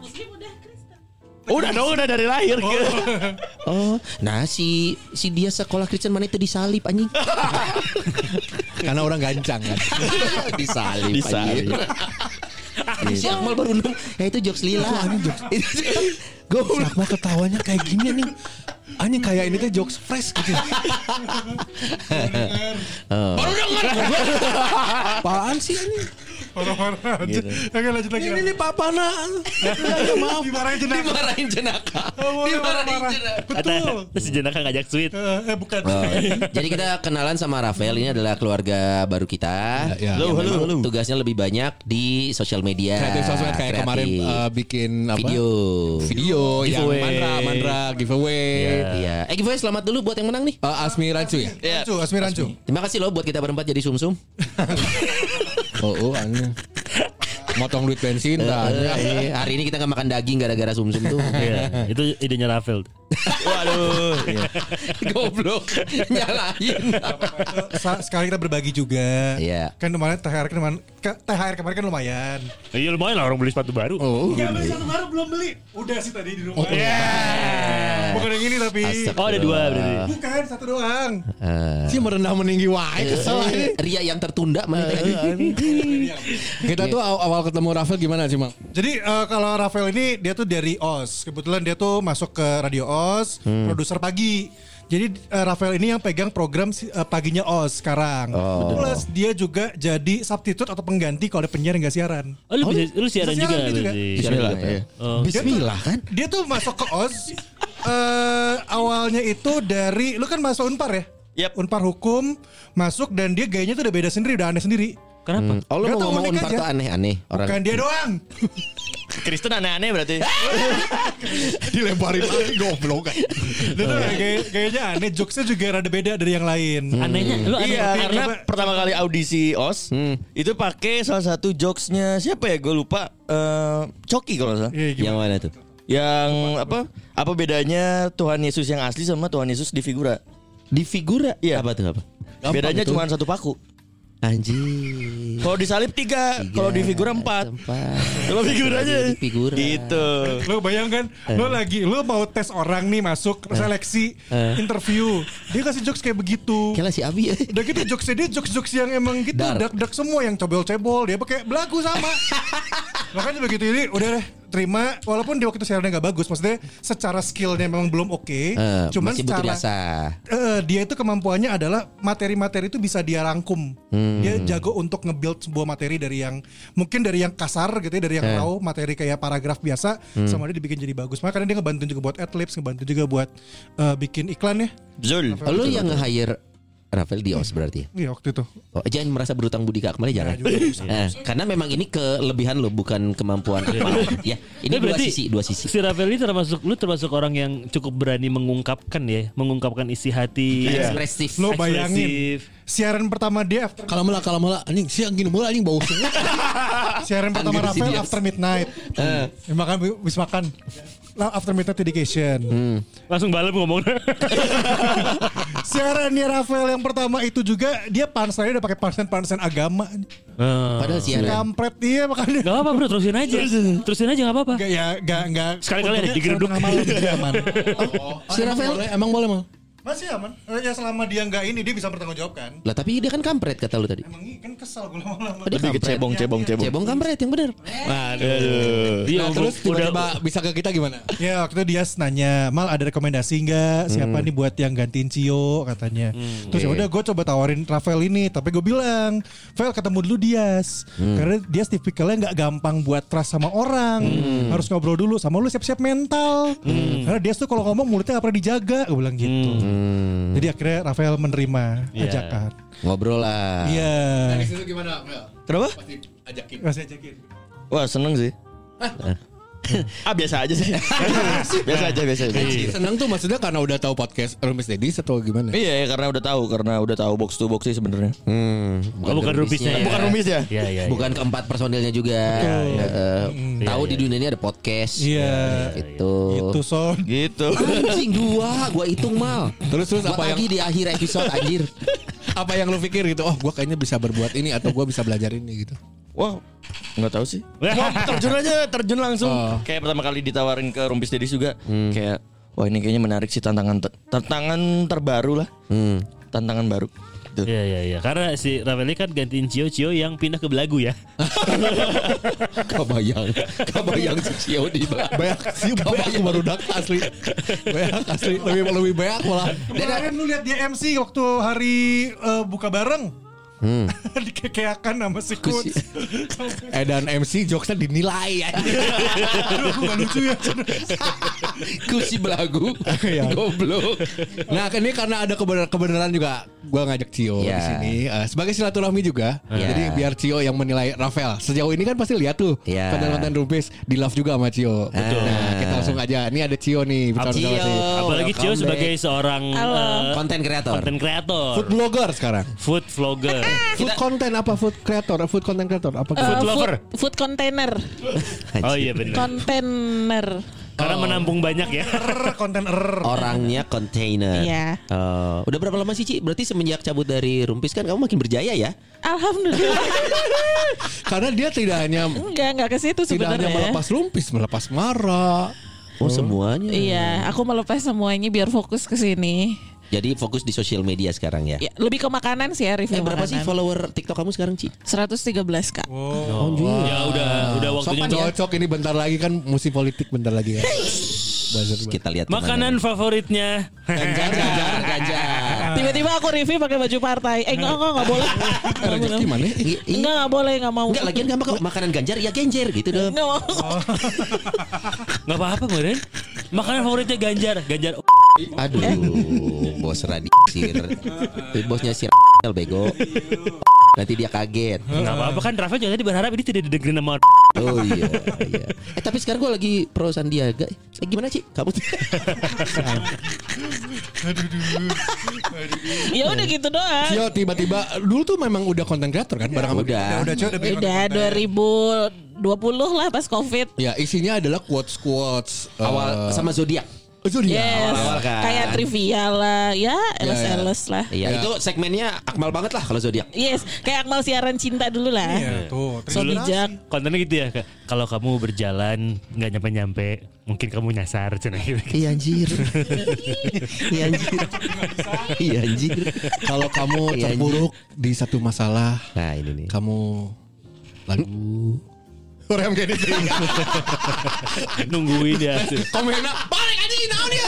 Udah dari lahir. Oh, nah si dia sekolah Kristen mana itu disalib anjing. Karena orang gancang kan. Disalib. Si Akmal baru nemu. Ya itu jokes lila. Gue si Akmal ketawanya kayak gini nih. Anjing kayak ini teh jokes fresh gitu. Oh. Apaan sih ini? Marah-marah aja. Gitu. Oke lanjut lagi. Ini papa nak. Maaf. Dimarahin jenaka. Dimarahin jenaka. Marah-marah. Betul. Terus si jenaka ngajak sweet. Bukan. Jadi kita kenalan sama Rafael, ini adalah keluarga baru kita. Ya, Yang halo, memang halo. Tugasnya lebih banyak di sosial media. Kreatif sosmed kayak kreatif. kemarin bikin apa? Video. yang Giveaway. Mandra giveaway. Iya. Giveaway selamat dulu buat yang menang nih. Asmi Rancu ya? Asmi Rancu. Terima kasih loh buat kita berempat jadi sumsum. Aneh. Motong duit bensin tanya. Hari ini kita nggak makan daging gara-gara sumsum tuh. Iya, itu idenya Rafael. Waduh. Goblok. Nyalahin. Sekali kita berbagi juga. Iya. Kan kemarin THR kemarin kan lumayan. Iya lumayan lah orang beli sepatu baru. Iya, beli satu baru belum beli. Udah sih tadi di rumah. Bukan yang ini tapi. Oh ada 2 berarti. Bukan satu doang. Si merendah meninggi wae kesel ini. Ria yang tertunda mana? Kita tuh awal ketemu Rafael gimana sih, Mang? Jadi kalau Rafael ini dia tuh dari OS. Kebetulan dia tuh masuk ke Radio OS, produser pagi. Jadi Rafael ini yang pegang program paginya OS sekarang. Plus dia juga jadi substitute atau pengganti kalau ada penyiar yang gak siaran. Oh lu siaran juga siaran gitu berarti. Bismillah. Bismillah kan? Dia tuh masuk ke OS awalnya itu dari lu kan masuk Unpar ya? Yap. Unpar hukum masuk dan dia gayanya tuh udah beda sendiri, udah aneh sendiri. Kenapa? Oh lu Gak mau tau, ngomong unik Unpar aja. tuh aneh-aneh orang. Bukan dia doang. Kristen aneh-aneh berarti. Dilemparin lagi goblok kan. Dia tuh gayanya aneh, jokesnya juga rada beda dari yang lain. Anehnya lu aneh. Iya, Tapi karena coba- pertama kali audisi OS itu pakai salah satu jokesnya siapa ya? Gue lupa. Coki kalau nggak salah. Iya, gimana? Yang mana tuh? Yang apa? Apa bedanya Tuhan Yesus yang asli sama Tuhan Yesus di figura? Di figura? Iya. Apa tuh apa? Bedanya itu. cuma 1 paku. Anjing. Kalau disalib 3, kalau di figura 4. Kalau figura aja. Di figura. Gitu. Lo bayangkan, lo mau tes orang nih masuk seleksi interview, dia kasih jokes kayak begitu. Kela si Abi ya. Udah gitu jokesnya dia jokes yang emang gitu Dark. dark semua yang cebol-cebol, dia pakai belagu sama. Makanya begitu ini udah deh terima walaupun di waktu itu siarannya gak bagus, maksudnya secara skillnya memang belum oke, cuman masih butuh secara diasah. dia itu kemampuannya adalah materi-materi itu bisa dia rangkum. Dia jago untuk nge-build sebuah materi dari yang mungkin dari yang kasar gitu ya, dari yang raw, materi kayak paragraf biasa sama dia dibikin jadi bagus. Makanya dia ngebantu juga buat adlibs, ngebantu juga buat bikin iklan ya. Betul. Oh, lu yang nge-hire Rafael di OS berarti ya? Iya waktu itu. Oh, jangan merasa berutang budi ke Akmal, jangan. Karena memang ini kelebihan lo, bukan kemampuan Akmal. Ya, ini Berarti dua sisi. Si Rafael ini termasuk orang yang cukup berani mengungkapkan isi hati. Ekspresif. Lo bayangin Ekspresif. siaran pertama dia after Kalau malah anjing siang gini mula anjing bau semua. siaran pertama Anggir Rafael Sidious. after midnight. Ya, makan wis makan. After midnight dedication. Langsung balap ngomong. Siarannya Rafael yang pertama itu juga dia punchline udah pakai punchline agama. Padahal siaran. Kampret dia makanya. Gak apa-apa bro, terusin aja gak apa-apa. Enggak. Sekali-kali ada digeruduk. Aman. Si Rafael emang boleh Mang? Masih aman. Ya selama dia enggak ini dia bisa bertanggung jawab kan. Lah tapi dia kan kampret kata lu tadi. Emang kan kesal gue lama-lama. Dia Lebih ke kampret. cebong. Kampret yang benar. Dia Nah, terus tiba-tiba bisa ke kita gimana? Ya waktu itu dia nanya, Mal ada rekomendasi nggak siapa nih buat yang gantiin Cio katanya. Terus ya udah gue coba tawarin Rafael ini, tapi gue bilang, Rafael ketemu dulu Dias, karena Dias tipikalnya nggak gampang buat trust sama orang, harus ngobrol dulu sama lu siap-siap mental. Karena Dias tuh kalau ngomong mulutnya nggak pernah dijaga, gue bilang gitu. Jadi akhirnya Rafael menerima ajakan. Ngobrol lah. Iya. Dari situ gimana? Kenapa? Pasti ajakin. Masih ajakin. Wah, seneng sih. Biasa aja sih. biasa aja. Senang tuh maksudnya karena udah tahu podcast Rumpis Dedis atau gimana? Iya, karena udah tahu box to box sih sebenarnya. Bukan rumisnya ya. Bukan rumis ya? Iya. Bukan keempat personilnya juga. Tahu di dunia ini ada podcast. Iya. Itu. Itu Son. Gitu. Anjing 2, gua hitung mal. Terus Buat apa lagi yang di akhir episode anjir. apa yang lu pikir gitu? Oh, gua kayaknya bisa berbuat ini atau gua bisa belajar ini gitu. Wah, nggak tahu sih. Wah, terjun langsung. Kayak pertama kali ditawarin ke Rumpis Dedis juga. Kayak, wah ini kayaknya menarik sih, tantangan terbaru lah. Tantangan baru. Gitu. Iya. Karena si Rafael ini kan gantiin Cio yang pindah ke Belagu ya. Kabayang si Cio di Banyak sih banyak baru dak asli. Banyak asli lebih banyak malah. Kemarin lu lihat dia MC waktu hari buka bareng. Dikekeakan sama si Kuts. Dan MC jokesnya dinilai. Aduh, gak lucu ya. Kusi belagu. Goblok. Nah, ini karena ada kebenaran juga gue ngajak Cio di sini sebagai silaturahmi juga. Jadi biar Cio yang menilai Rafael. Sejauh ini kan pasti lihat tuh konten-konten Rumpis di love juga sama Cio. Nah, kita langsung aja. Ini ada Cio nih. Apalagi Cio sebagai seorang konten kreator. Food blogger sekarang. Food vlogger. Food content apa? Food creator? Food content creator apa? Food lover. Food container. Oh iya benar. Container. Karena menampung banyak ya. Konten Orangnya kontainer. Iya. Udah berapa lama sih Ci? Berarti semenjak cabut dari Rumpis kan kamu makin berjaya ya? Alhamdulillah. Karena dia tidak hanya Enggak ke situ tidak hanya sebenarnya. melepas Rumpis, melepas Mara. Oh semuanya. Iya, aku melepas semuanya biar fokus ke sini. Jadi fokus di sosial media sekarang ya? Ya, lebih ke makanan sih ya, review Berapa makanan. sih follower TikTok kamu sekarang Ci? 113 Kak. Ya udah waktunya. Cocok ini bentar lagi kan musim politik bentar lagi kan. Kita lihat Makanan favoritnya. Ganjar. Tiba-tiba aku review pakai baju partai. Enggak boleh. Rezeki mana? Enggak boleh, enggak mau. Enggak, lagian gampang kok. Makanan Ganjar ya Genjer gitu dong. Enggak mau. Gak apa-apa Meren. Makanan favoritnya Ganjar. Aduh, bos Radisir. Bosnya si bego. Nanti dia kaget. Gak apa-apa kan, Rafa juga tadi berharap ini tidak didengerin sama Oh iya. Tapi sekarang gue lagi pro Sandiaga. Gimana Ci? Kamu? Ya udah gitu doang. Cio tiba-tiba dulu tuh memang udah konten creator kan bareng sama Udah. Udah 2020 lah pas Covid. Ya isinya adalah quotes Awal sama Zodiak. Zodiak. Yes. Awal-awal kan. Kayak trivia lah. Ya, eles lah. Iya, itu segmennya Akmal banget lah kalau Zodiak. Yes, kayak Akmal siaran cinta dulu lah. Iya tuh. So bijak. kontennya gitu ya. Kalau kamu berjalan nggak nyampe-nyampe, mungkin kamu nyasar cina gitu. Iya anjir. Iya anjir. Kalau kamu terpuruk di satu masalah, Nah ini nih. kamu lagu Orang kayak gitu. Nungguin ya. Komennya balik aja naon dia.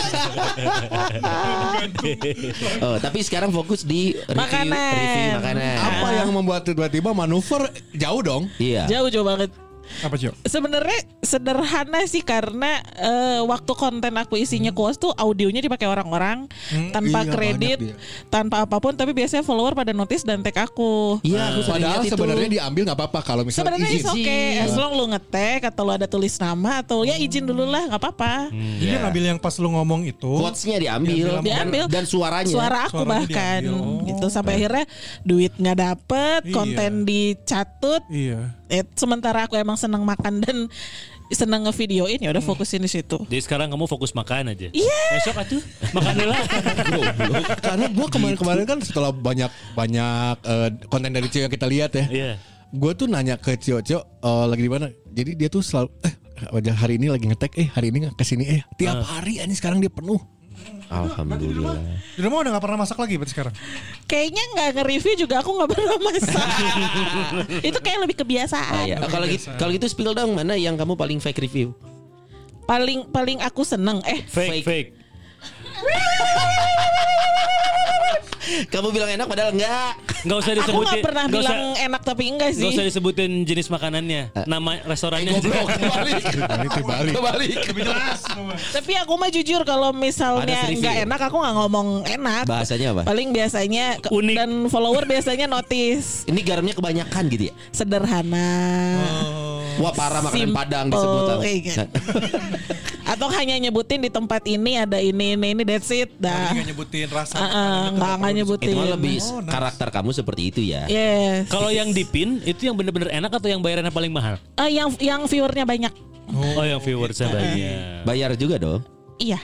Oh, tapi sekarang fokus di review makanan. Apa yang membuat tiba-tiba manuver jauh dong? Iya. Jauh banget. Apa Cio? Sebenarnya sederhana sih karena waktu konten aku isinya kuas tuh audionya dipakai orang-orang tanpa iya, kredit, banyak dia. tanpa apapun, tapi biasanya follower pada notice dan tag aku. Iya, aku sering Padahal lihat itu. sebenarnya diambil nggak apa-apa kalau misalnya Sebenarnya izin. it's okay, as long lu nge-tag atau lu ada tulis nama atau ya izin dulu lah, nggak apa-apa. Dia ngambil yang pas lu ngomong itu. Quotes-nya diambil, Diambil. dan suaranya. Suara aku Suaranya bahkan diambil. gitu sampai akhirnya duit nggak dapet, Iya. konten dicatut. Iya. Sementara aku emang seneng makan dan seneng ngevideoin, ya udah fokusin di situ. Jadi sekarang kamu fokus makan aja. Iya. Besok atuh makan lah. Karena gue kemarin-kemarin kan setelah banyak konten dari Cio yang kita lihat ya. Iya. Gue tuh nanya ke Cio lagi di mana. Jadi dia tuh selalu hari ini lagi nge-tag hari ini kesini tiap hari ini sekarang dia penuh. Alhamdulillah. Di rumah udah gak pernah masak lagi berarti sekarang. Kayaknya nggak nge-review juga aku nggak pernah masak. Itu kayak lebih kebiasaan. Iya. Kalau gitu spill dong mana yang kamu paling fake review? Paling aku seneng. Fake. Kamu bilang enak padahal enggak. Enggak usah Aku disebutin. nggak pernah nggak bilang usah- enak tapi enggak nggak usah sih. disebutin jenis makanannya, nama restorannya aja. Kebalik. Tapi aku mah jujur kalau misalnya Ada review. nggak enak aku nggak ngomong enak. Bahasanya apa? Paling biasanya Unik. dan follower biasanya notice Ini garamnya kebanyakan gitu ya? sederhana. Wah parah makanan Simple. Padang disebut. Iya. Atau hanya nyebutin di tempat ini ada ini that's it dah. Nggak nyebutin rasa. Nggak nyebutin. Itu mah lebih Oh, nice. karakter kamu seperti itu ya. Yes. Kalau yang dipin itu yang bener-bener enak atau yang bayarannya paling mahal? Yang viewernya banyak. Oh, yang viewersnya banyak. Bayar juga dong. Iya.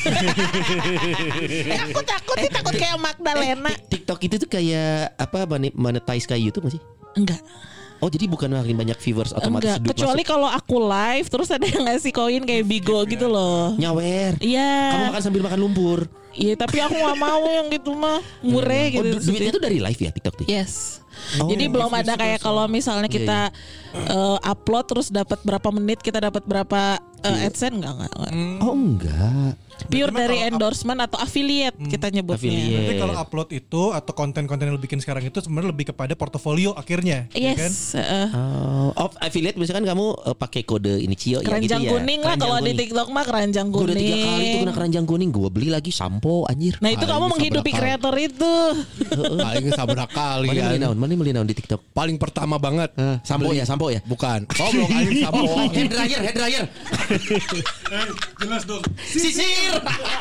Aku takut kayak Magdalena. TikTok itu tuh kayak apa monetize kayak YouTube gak sih? Enggak. Oh jadi bukan makin banyak viewers otomatis Enggak. duit Kecuali masuk. kalau aku live terus ada yang ngasih koin kayak Bigo gitu loh. Nyawer. Iya. Kamu makan sambil makan lumpur. Iya, tapi aku gak mau yang gitu mah. Murah gitu. Oh duitnya tuh dari live ya TikTok tuh? Yes. Jadi belum ada kayak kalau misalnya kita upload terus dapat berapa menit, kita dapat berapa AdSense enggak. Oh enggak. Pure dari endorsement atau affiliate kita nyebutnya. Berarti kalau upload itu atau konten-konten yang lu bikin sekarang itu sebenarnya lebih kepada portofolio akhirnya. Yes. Ya kan? Affiliate misalkan kamu pakai kode ini Cio ya gitu Keranjang ya. kuning lah kalau di TikTok mah keranjang kuning. Gue udah 3 kali tuh kena keranjang kuning. Gue beli lagi sampo anjir. Nah itu kamu menghidupi kreator itu. Paling sabrak kali. Mana beli naon di TikTok? Paling pertama banget. Sampo ya. Bukan. Oh belum aing sampo. Hair dryer. Jelas dong. Sisir.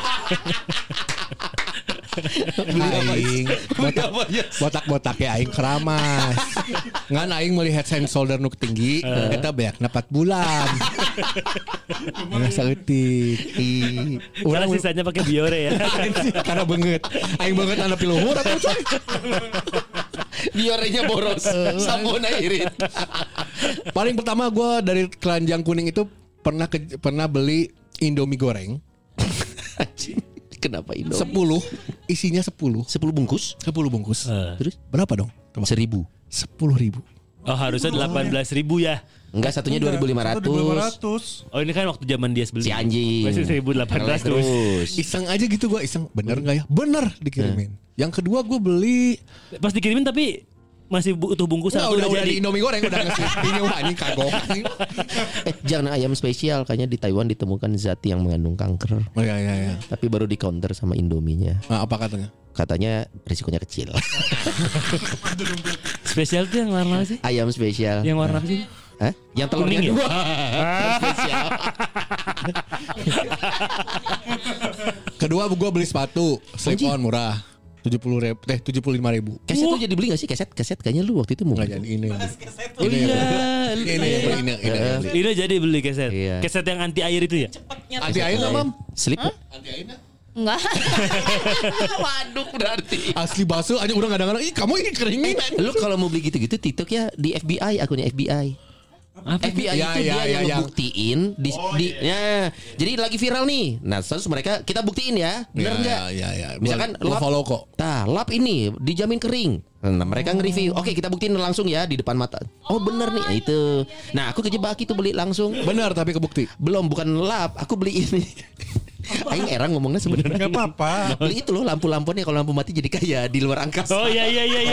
Aing botak-botak ya aing keramas. Ngan aing melihat hand shoulder nuk tinggi eta beakna 4 bulan. Ngerasa eutik. Urang sisanya pakai Biore ya. Karena banget. Aing banget anak piluhur atau coy. Biorenya boros. Sampona irit. Paling pertama gue dari keranjang kuning itu pernah beli Indomie goreng. Kenapa Indomie? 10 isinya 10 bungkus? 10 bungkus. Terus Berapa dong? 1.000. 10.000. Oh harusnya 18.000 ya. Enggak, satunya 2.500. 2.500. Oh ini kan waktu zaman dia beli. Si anjing. Masih 1.800 terus. Iseng aja gitu gue, iseng bener nggak ya? Bener dikirimin. Yang kedua gue beli Pas dikirimin tapi masih utuh bungkusan atau udah jadi di Indomie goreng udah ngasih ini wah ini kagok. Jangan ayam spesial, kayaknya di Taiwan ditemukan zat yang mengandung kanker. Oh iya. Tapi baru di counter sama Indominya. Nah, apa katanya? Katanya risikonya kecil. spesial tuh yang warna apa sih? Ayam spesial. Yang warna apa sih? Hah? Yang telurnya Kuning ya? 2. Spesial. Kedua gue beli sepatu slip on murah 75.000. Keset tuh jadi beli gak sih keset kayaknya lu waktu itu mau. Nggak jadi ini. Oh iya. Ini. Ini jadi beli keset. Iya. Keset yang anti air itu ya? Anti air nggak mam? Slip. Anti airnya? Enggak. Waduk berarti. Asli basuh aja udah kadang-kadang. Ih kamu ini keringinan. Lu kalau mau beli gitu-gitu TikTok ya di FBI, akunnya FBI. FBI Ya, itu ya, dia yang yang- ngebuktiin ya. Jadi lagi viral nih. Nah, terus mereka kita buktiin ya. Benar enggak? Ya. Misalkan Gua follow kok. lap ini dijamin kering. Nah, mereka nge-review. Oke, kita buktiin langsung ya di depan mata. Oh, bener nih. Nah, itu. Nah, aku kejebak itu beli langsung. Benar tapi kebukti. Belum, bukan lap. Aku beli ini. Aing erang ngomongnya sebenarnya. Enggak apa-apa. Beli itu loh lampu-lampunya, kalau lampu mati jadi kayak di luar angkasa. Oh iya.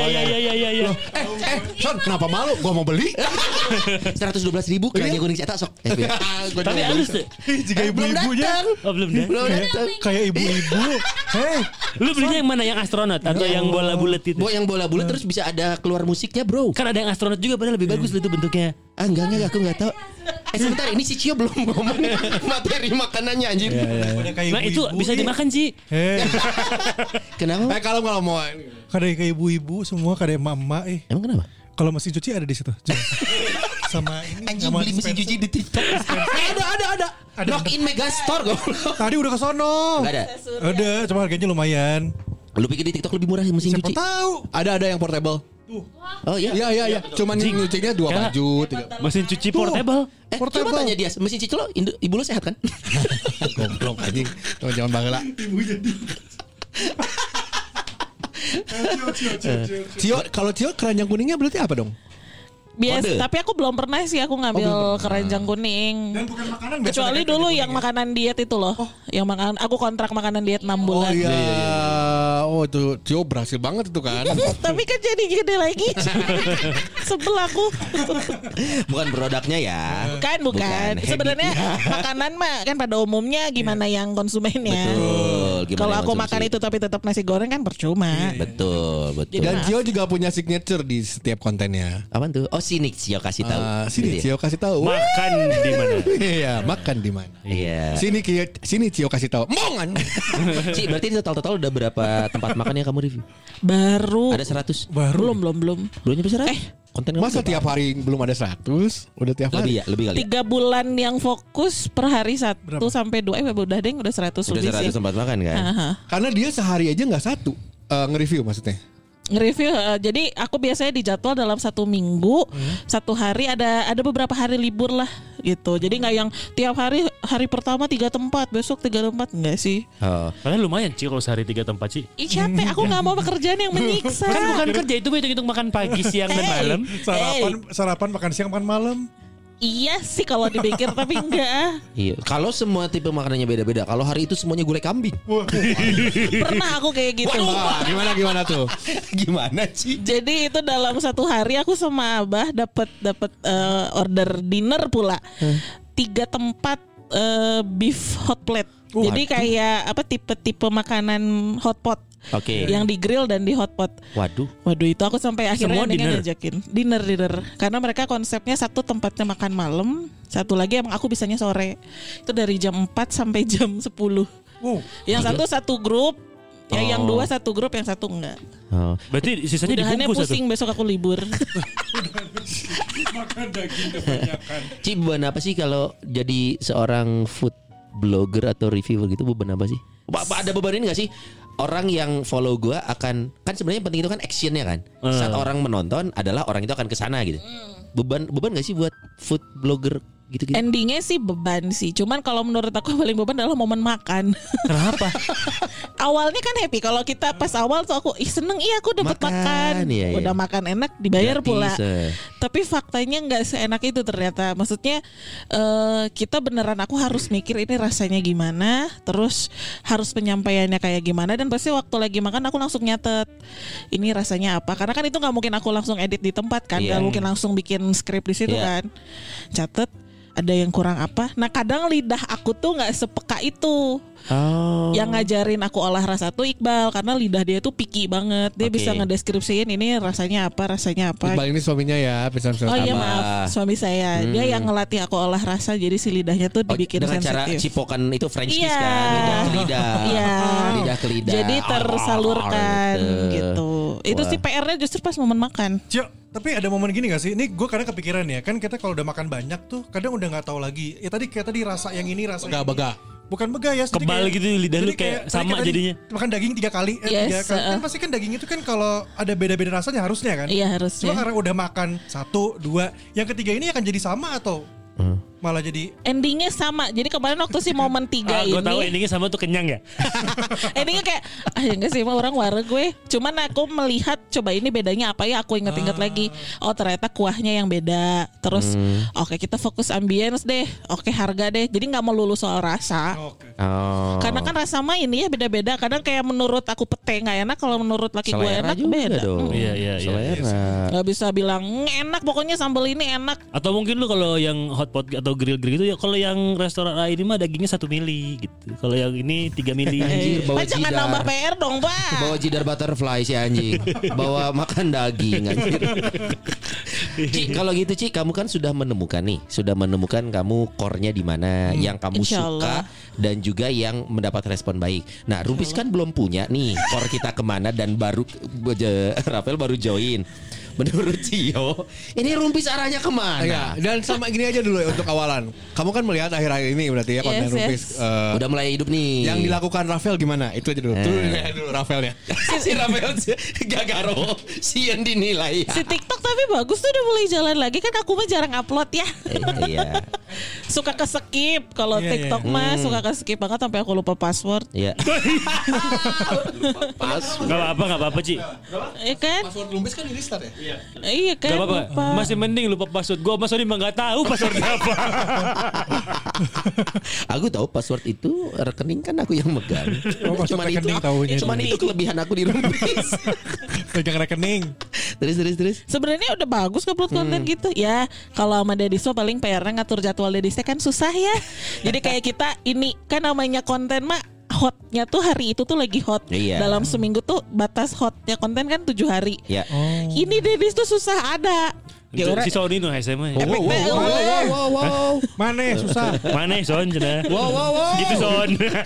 Son kenapa malu? Gua mau beli. 112.000 keranjang kuning cetak sok. Tapi halus tuh. Jika ibu-ibunya Oh belum dah. kayak ibu-ibu. Lu belinya yang mana? Yang astronot atau yang bola bulat itu? Yang bola bulat terus bisa ada keluar musiknya, bro. Kan ada yang astronot juga padahal lebih bagus itu bentuknya. Enggak, aku enggak tahu. Sebentar, ini si Cio belum ngomong materi makanannya anjir. Nah itu bisa dimakan sih. Kenapa? Kalau mau Kayak ibu-ibu semua kayak mama Emang kenapa? Kalau mesin cuci ada di situ. Sama ini Anjing sama beli mesin cuci di TikTok. Ada. Knock in Megastore goblok. Tadi udah ke sono. Enggak ada. Ada, cuma harganya lumayan. Lu pikir di TikTok lebih murah ya mesin Siapa cuci? tahu? ada yang portable. Oh iya. Iya. Cuman nyucinya 2 baju, 3. Mesin cuci portable. Coba tanya dia, mesin cuci lo ibu lo sehat kan? Goblok anjing. Jangan baheula. Kalau Cio keranjang kuningnya berarti apa dong? Kode. Tapi aku belum pernah sih aku ngambil keranjang kuning. Dan bukan makanan biasa Kecuali ada dulu keranjang yang kuning. makanan diet itu loh. Yang makanan aku kontrak makanan diet 6 bulan. Oh iya. Oh itu Cio berhasil banget itu kan. Tapi kan jadi gede lagi. Sebel aku. Bukan produknya ya. Bukan. Sebenarnya makanan mah kan pada umumnya gimana yang konsumennya. Betul. Gimana Kalau yang aku konsumsi? makan itu tapi tetap nasi goreng kan percuma. Betul. Dan Cio juga punya signature di setiap kontennya. Apaan tuh? Oh sini Cio kasih tahu. Sini Gitu ya? Cio kasih tahu. Makan di mana? Iya, makan di mana? Iya. Sini Cio kasih tahu. Mongan. Ci, berarti total udah berapa tempat makan yang kamu review? Baru. Ada 100. Belum. Belum nyampe 100? Konten kamu Masa berapa? tiap hari belum ada 100? Udah tiap Lebih hari. ya, lebih kali. 3 bulan yang fokus per hari 1 sampai 2 udah deh udah 100 Udah lebih sih. 100 tempat makan kan? Aha. Karena dia sehari aja nggak 1 nge-review maksudnya. Nge-review. Jadi aku biasanya dijadwal dalam 1 minggu, 1 hari ada beberapa hari libur lah gitu. Jadi nggak yang tiap hari pertama 3 tempat, besok 3 tempat, enggak sih. Padahal lumayan Ci kalau sehari 3 tempat Ci. Ih capek, aku nggak mau pekerjaan yang menyiksa. Kan bukan kerja itu hitung-hitung makan pagi, siang dan malam. Sarapan, makan siang, makan malam. Iya sih kalau dipikir tapi enggak. Iya. Kalau semua tipe makanannya beda-beda. Kalau hari itu semuanya gulai kambing. Pernah aku kayak gitu. Gimana tuh? Gimana sih? Jadi itu dalam 1 hari aku sama Abah dapat order dinner pula. 3 tempat beef hot plate. Jadi kayak apa tipe-tipe makanan hot pot. Oke. Yang di grill dan di hot pot. Waduh itu aku sampai akhirnya Semua dinner? ngajakin dinner. Karena mereka konsepnya satu tempatnya makan malam, satu lagi emang aku bisanya sore. Itu dari jam 4 sampai jam 10. Yang satu grup, yang 2 satu grup, yang satu enggak. Berarti sisanya Udahannya dibungkus pusing besok aku libur. Makan daging kebanyakan. Ci, beban apa sih kalau jadi seorang food blogger atau reviewer gitu, beban apa sih? Ada beban ini gak sih? Orang yang follow gue akan, kan sebenarnya penting itu kan actionnya kan. Saat orang menonton adalah orang itu akan kesana gitu. Beban gak sih buat food blogger gitu-gitu? Endingnya sih beban sih. Cuman kalau menurut aku paling beban adalah momen makan. Kenapa? Awalnya kan happy. Kalau kita pas awal tuh aku seneng, aku dapat makan. Iya. Udah makan enak, dibayar Gratis, pula. Tapi faktanya nggak seenak itu ternyata. Maksudnya kita beneran aku harus mikir ini rasanya gimana, terus harus penyampaiannya kayak gimana, dan pasti waktu lagi makan aku langsung nyatet ini rasanya apa. Karena kan itu nggak mungkin aku langsung edit di tempat kan, nggak mungkin langsung bikin skrip di situ kan. Catet ada yang kurang apa. Nah kadang lidah aku tuh nggak sepeka itu. Yang ngajarin aku olah rasa tuh Iqbal, karena lidah dia tuh picky banget. Dia bisa ngedeskripsiin ini rasanya apa. Iqbal ini suaminya ya, Oh iya maaf, suami saya. Dia yang ngelatih aku olah rasa, jadi si lidahnya tuh dibikin dengan sensitif. cara cipokan itu French kiss kan, lidah ke lidah. Iya. Lidah ke lidah. Jadi tersalurkan gitu. Itu sih PR-nya justru pas momen makan. Cuk, tapi ada momen gini gak sih? Ini gue kadang kepikiran ya. Kan kita kalau udah makan banyak tuh kadang udah gak tahu lagi. Ya tadi rasa yang ini, rasa yang Bega. Bukan bega ya. Kebal gitu lidah lu kayak sama jadinya. Makan daging 3 kali. 3 kali. Kan pasti kan daging itu kan kalau ada beda-beda rasanya harusnya kan. Iya harusnya. Cuma karena udah makan 1, 2, yang ketiga ini akan jadi sama atau malah jadi endingnya sama. Jadi kemarin waktu sih momen 3 ini. Gue tahu endingnya sama tuh kenyang ya. Endingnya kayak enggak sih mah orang wareg gue. Cuman aku melihat coba ini bedanya apa ya, aku inget-inget lagi. Oh ternyata kuahnya yang beda. Terus oke kita fokus ambience deh. Oke harga deh. Jadi nggak melulu soal rasa. Karena kan rasa mah ini ya beda-beda. Kadang kayak menurut aku pete nggak enak, kalau menurut laki gue enak beda. Iya. Selera. Nggak bisa bilang enak pokoknya sambal ini enak. Atau mungkin lu kalau yang hotpot atau grill gitu ya, kalau yang restoran A ini mah dagingnya 1 mili gitu. Kalau yang ini 3 mili. Anjir, bawa Jangan jidar. nambah PR dong, Pak. Bawa jidar butterfly si anjing. Bawa makan daging anjir. Ci, kalau gitu Ci, kamu kan sudah menemukan kamu core-nya di mana, yang kamu suka dan juga yang mendapat respon baik. Nah, Rumpis kan belum punya nih core kita kemana, dan baru Rafael baru join. Menurut Cio, ini Rumpis arahnya kemana? Ya, dan sama gini aja dulu ya untuk awalan. Kamu kan melihat akhir-akhir ini berarti ya konten Rumpis. Udah mulai hidup nih. Yang dilakukan Rafael gimana? Itu aja dulu. Dulu Rafael ya. Si Rafael Gagaro si yang dinilai. Si TikTok tapi bagus tuh, udah mulai jalan lagi. Kan aku mah jarang upload ya. Iya. Suka ke-skip. Kalau TikTok mah suka ke-skip banget sampai aku lupa password. Iya. Gak apa-apa Ci. Iya kan? Password Rumpis kan ini start ya? Iya kan? Gak apa-apa. Lupa. Masih mending lupa password. Gue sama Sony mah gak tahu passwordnya apa. Aku tahu password itu rekening kan aku yang megang. password rekening tahunya. Cuman itu kelebihan aku di Rumpis. pegang rekening. Terus. Sebenarnya udah bagus upload konten gitu. Ya kalau sama Dediswa paling PR-nya ngatur jadwal Dedisnya kan susah ya. Jadi kayak kita ini kan namanya konten mah hotnya tuh hari itu tuh lagi hot. Dalam seminggu tuh batas hotnya konten kan 7 hari. Ini Dedis tuh susah ada. Si Sony tuh SMA. Wow. Mana susah. Mana Son cenah. Wow. Gitu Son.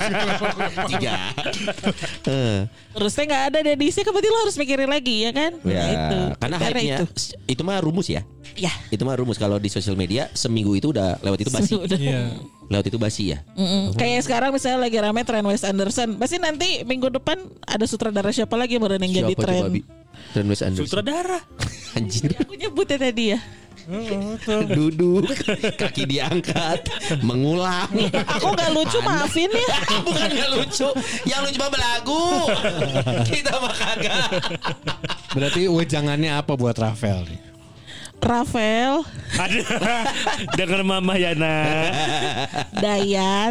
3. Terus nggak ada Dedisnya, kebetulan lo harus mikirin lagi ya kan? Ya, Itu. karena hype-nya itu mah rumus ya. Ya. Itu mah rumus kalau di sosial media seminggu itu udah lewat itu basi. Iya. Lewat itu basi ya. Kayak sekarang misalnya lagi rame tren Wes Anderson, pasti nanti minggu depan ada sutradara siapa lagi yang baru yang jadi Siapa tren. coba, Bi? Dan Wes Anderson. Sutradara. Anjir. Aku nyebutnya tadi ya. Duduk, kaki diangkat, mengulang. Aku gak lucu, maafin ya. Bukan gak lucu, yang lucu mah belagu. Kita mah kagak. Berarti wejangannya apa buat Rafael nih? Rafael, Dengar Mama Yana. Dayat.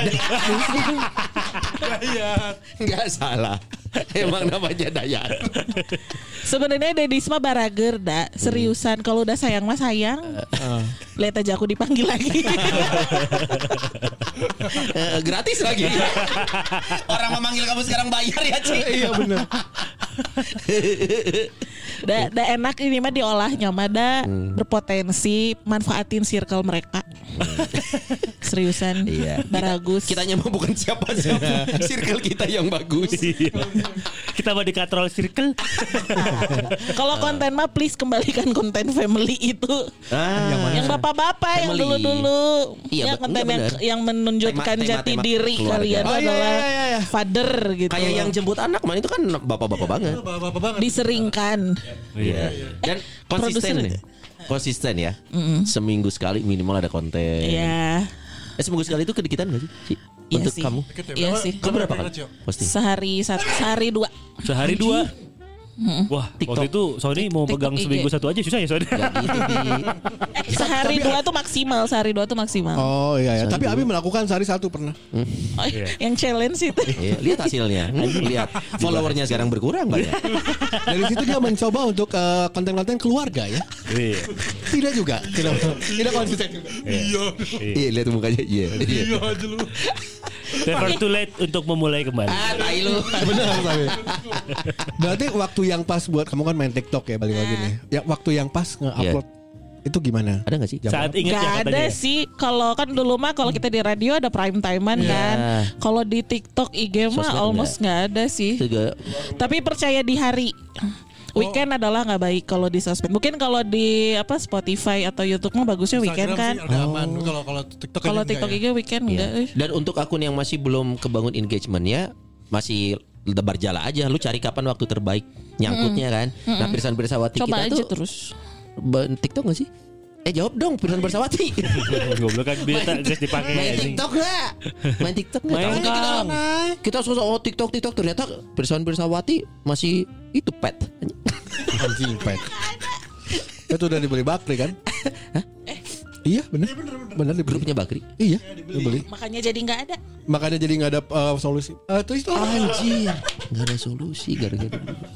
Nggak salah. Emang namanya Dayat. Sebenarnya Dedisma barager dah. Seriusan, kalau udah sayang mah sayang. Lihat aja aku dipanggil lagi. Gratis lagi. Orang memanggil kamu sekarang bayar ya, Ci. Iya benar. Da enak ini mah diolahnya mah berpotensi manfaatin circle mereka. Seriusan. Iya. Baragus. Kitanya mah bukan siapa-siapa. Circle kita yang bagus. Kita mau di control circle. Kalau konten mah please kembalikan konten family itu. Yang bapak-bapak yang Family. dulu-dulu. Iya, yang konten bener. yang menunjukkan Tema jati diri keluarga. kalian Oh, iya, adalah iya. father gitu. Kayak yang jemput anak man itu kan bapak-bapak banget. Bapak-bapak banget. Diseringkan. Iya. Dan konsisten Produser nih. Konsisten ya. Seminggu sekali minimal ada konten. Iya. Seminggu sekali itu kedikitan gak sih? Ci? Iya Untuk sih. kamu? Iya sih. Kamu berapa kali posting? Sehari 2. Sehari 2. Wah, waktu itu Sony mau TikTok pegang IG. seminggu satu aja susah ya Sony. Gak gitu Bi. Sehari 2 tuh maksimal. Sehari 2 tuh maksimal. Oh iya ya. Tapi Abi melakukan sehari 1 pernah. Oh, yang challenge itu. Iya, lihat hasilnya. Lihat followernya sekarang berkurang banyak. Dari situ dia mencoba untuk konten-konten keluarga ya. Iya. Tidak juga. Tidak konsisten juga. Iya, lihat mukanya. Iya. Never too late untuk memulai kembali. Tai lu. Benar tapi. Berarti waktu yang pas buat kamu kan main TikTok ya balik lagi nih. Ya waktu yang pas nge-upload itu gimana? Ada gak sih? Saat ingat ya Gak katanya. ada sih. Kalau kan dulu mah kalau kita di radio ada prime timean kan. Kalau di TikTok IG mah Sosmed almost nggak ada sih. Juga. Tapi percaya di hari. Weekend adalah nggak baik kalau di sosmed. Mungkin kalau di Spotify atau YouTube mah bagusnya weekend kan. Aman. Kalau TikTok Kalau TikTok IG weekend enggak. Dan untuk akun yang masih belum kebangun engagementnya masih lebar jala aja. Lu cari kapan waktu terbaik nyangkutnya kan. Nah Pirsan Bersawati Coba kita aja tuh terus. TikTok gak sih? Jawab dong Pirsan Bersawati. Goblok kan dia tak guys dipakai Main anjing. TikTok gak? Main TikTok gak? Main Tahunya Kang. kita sosok TikTok ternyata Pirsan Bersawati masih itu pet. Anjing pet. Itu udah dibeli Bakri kan? Iya benar. Benar dibeli. Grupnya Bakri. Iya dibeli. Makanya jadi nggak ada. Makanya jadi nggak ada solusi. Itu Anjir. Gak ada solusi gara-gara.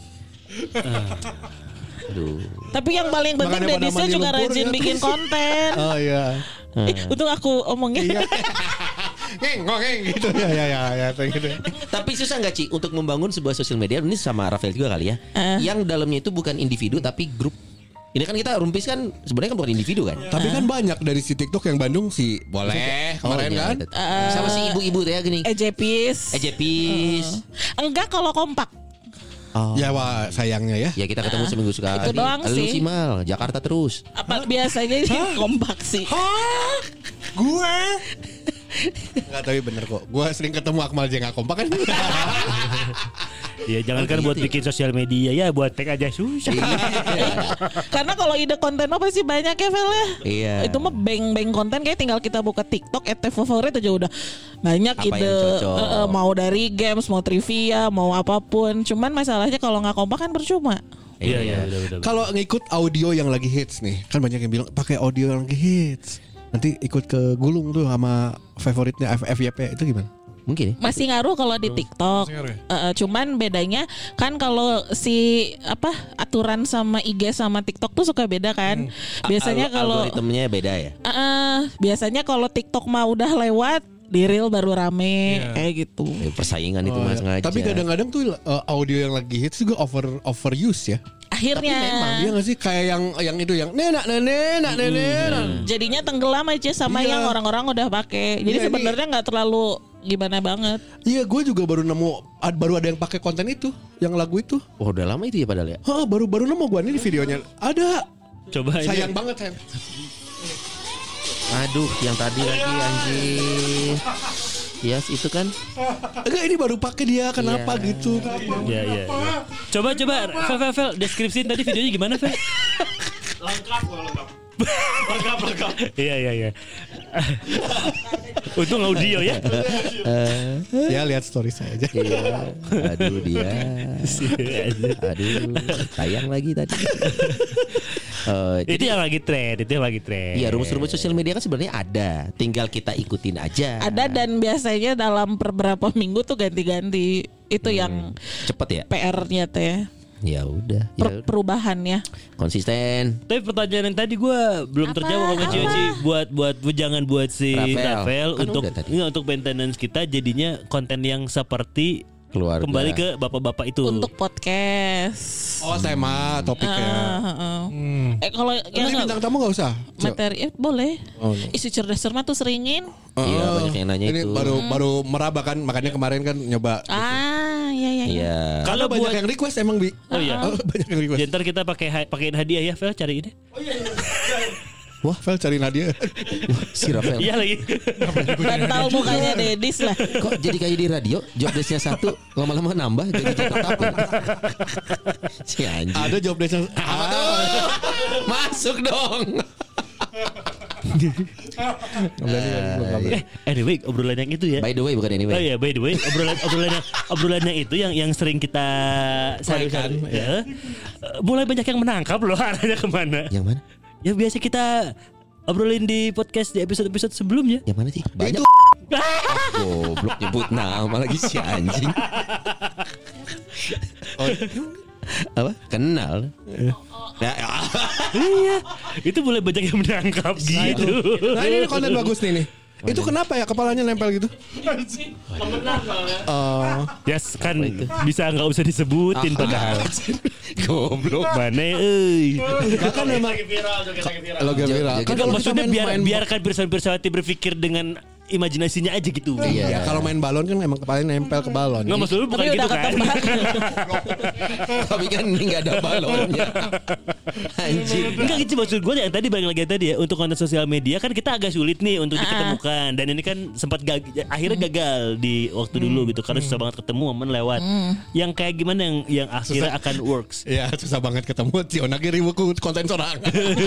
Aduh. Tapi yang paling penting Makanya pada Dedisnya mandi juga lumpur rajin ya. bikin konten. Oh iya. Untuk aku omongnya. Ngeng gitu ya gitu. Tapi susah gak Ci untuk membangun sebuah sosial media? Ini sama Rafael juga kali ya. Yang dalamnya itu bukan individu tapi grup. Ini kan kita Rumpis kan sebenarnya kan bukan individu kan. Tapi kan banyak dari si TikTok yang Bandung sih boleh kemarin iya, kan. sama si ibu-ibu ya gini. Ejepis. Enggak kalau kompak. Ya wah sayangnya ya. Ya kita ketemu seminggu sekali. Itu doang Lu sih. sih Mal, Jakarta terus. Apa biasanya kompak sih. Gue Enggak tapi bener kok. Gua sering ketemu Akmal aja enggak kompak kan. Ya jangankan buat bikin sosial media ya buat tag aja susah. Karena kalau ide konten apa sih banyak ya Vel ya. Iya. Itu mah beng konten kayak tinggal kita buka TikTok favorit aja udah banyak Apa ide. yang cocok? Mau dari games, mau trivia, mau apapun. Cuman masalahnya kalau nggak kompak kan percuma. Iya udah. Kalau ngikut audio yang lagi hits nih, kan banyak yang bilang pakai audio yang lagi hits. Nanti ikut ke gulung tuh sama favoritnya FYP itu gimana? Mungkin ya. Masih ngaruh kalau di TikTok. Cuman bedanya kan kalau si aturan sama IG sama TikTok tuh suka beda kan. Biasanya kalau algoritmenya beda ya. biasanya kalau TikTok mah udah lewat, di reel baru rame kayak gitu. Persaingan itu mas sengaja. Tapi kadang-kadang tuh audio yang lagi hits juga overuse ya. Akhirnya Iya gak sih kayak yang itu yang nenek. jadinya tenggelam aja sama Iya. yang orang-orang udah pakai. Jadi Iya, sebenarnya nggak terlalu gimana banget. Iya, gue juga baru ada yang pakai konten itu, yang lagu itu. Oh udah lama itu ya padahal ya. Baru nemu gue nih di videonya. Ada. Coba ini. Sayang banget sayang. Aduh yang tadi lagi anjing. Yes, itu kan. Enggak, ini baru pakai dia, kenapa gitu? Iya. Coba Fel deskripsiin tadi videonya gimana, Fel? Lengkap. Iya. Untung audio ya. Ya lihat story saya aja. Iya. Aduh dia. Aduh, tayang lagi tadi. Itu yang lagi trend. Iya, rumus-rumus sosial media kan sebenarnya ada, tinggal kita ikutin aja. Ada dan biasanya dalam beberapa minggu tuh ganti-ganti. Itu yang cepet ya. PR-nya teh. Ya udah. Perubahannya. Konsisten. Tapi pertanyaan yang tadi gue belum terjawab sama Cici. Buat jangan buat si Rafael kan untuk maintenance kita jadinya konten yang seperti keluarga. Kembali ke bapak-bapak itu. Untuk podcast. Oh, tema topiknya. Kalau yang bintang tamu nggak usah. Materi boleh. Oh, Isi cerdas cermat tuh seringin. Iya, banyak yang nanya ini itu. baru meraba kan, makanya kemarin kan nyoba. Iya. Kalau banyak yang request emang Bi. Oh iya. Banyak yang request. Ntar kita pakein hadiah ya, Fel, cari ini. Wah, Fel cariin hadiah. Si Rafael. Iya lagi. Bantal mukanya Dedis lah. Kok jadi kayak di radio, job desk-nya 1, lama-lama nambah jadi Jakarta. Si anjing. Ada job desk. Masuk dong. Anyway, obrolan yang itu ya. By the way bukan anyway. Oh iya, by the way, obrolan yang itu yang sering kita sampaikan ya. Mulai banyak yang menangkap loh arahnya kemana. Yang mana? Yang biasa kita obrolin di podcast di episode-episode sebelumnya. Yang mana sih? Banyak. Goblok nyebut nama lagi si anjing. Apa? Kenal. Iya. Itu mulai banyak yang menangkap gitu. Nah, ini konten bagus nih. Itu kenapa ya kepalanya nempel gitu? Yes, kan bisa nggak usah disebutin padahal. Goblok. Mana euy. Kan memang lagi viral. Kan maksudnya biarkan Pirsawati berpikir dengan imajinasinya aja gitu. Iya. Kalau main balon kan emang kepalanya nempel ke balon. Nggak, maksud lu bukan gitu kan? Tapi kan ini nggak ada balonnya. Anjing. Enggak gitu maksud gue yang tadi balik lagi tadi ya, untuk konten sosial media kan kita agak sulit nih untuk diketemukan, dan ini kan sempat akhirnya gagal di waktu dulu gitu karena susah banget ketemu momen lewat. Yang kayak gimana yang akhirnya akan works? Iya, susah banget ketemu. Cio nagih ribu konten sorangan.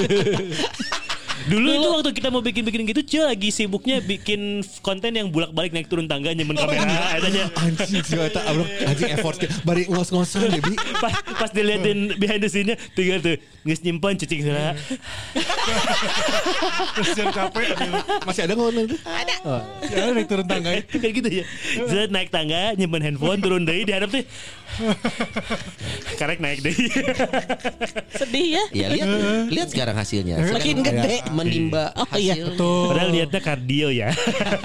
Dulu itu waktu kita mau bikin gitu, Cio lagi sibuknya bikin konten yang bolak-balik naik turun tangga nyemen kamera adanya. Anjing Cio eta anjing effort bari ngos-ngosan deh Bi. Pas diliatin behind the scene-nya tinggal tuh geus nyimpen cicing heula. Masih ada konten itu? Ada. Ya naik turun tangga. Kayak gitu ya. Zat naik tangga nyimpen handphone turun deui dihadap tuh. Karek naik deh. Sedih ya. Ya lihat sekarang hasilnya. Makin gede. Menimba hasil. Padahal lihatnya kardio ya.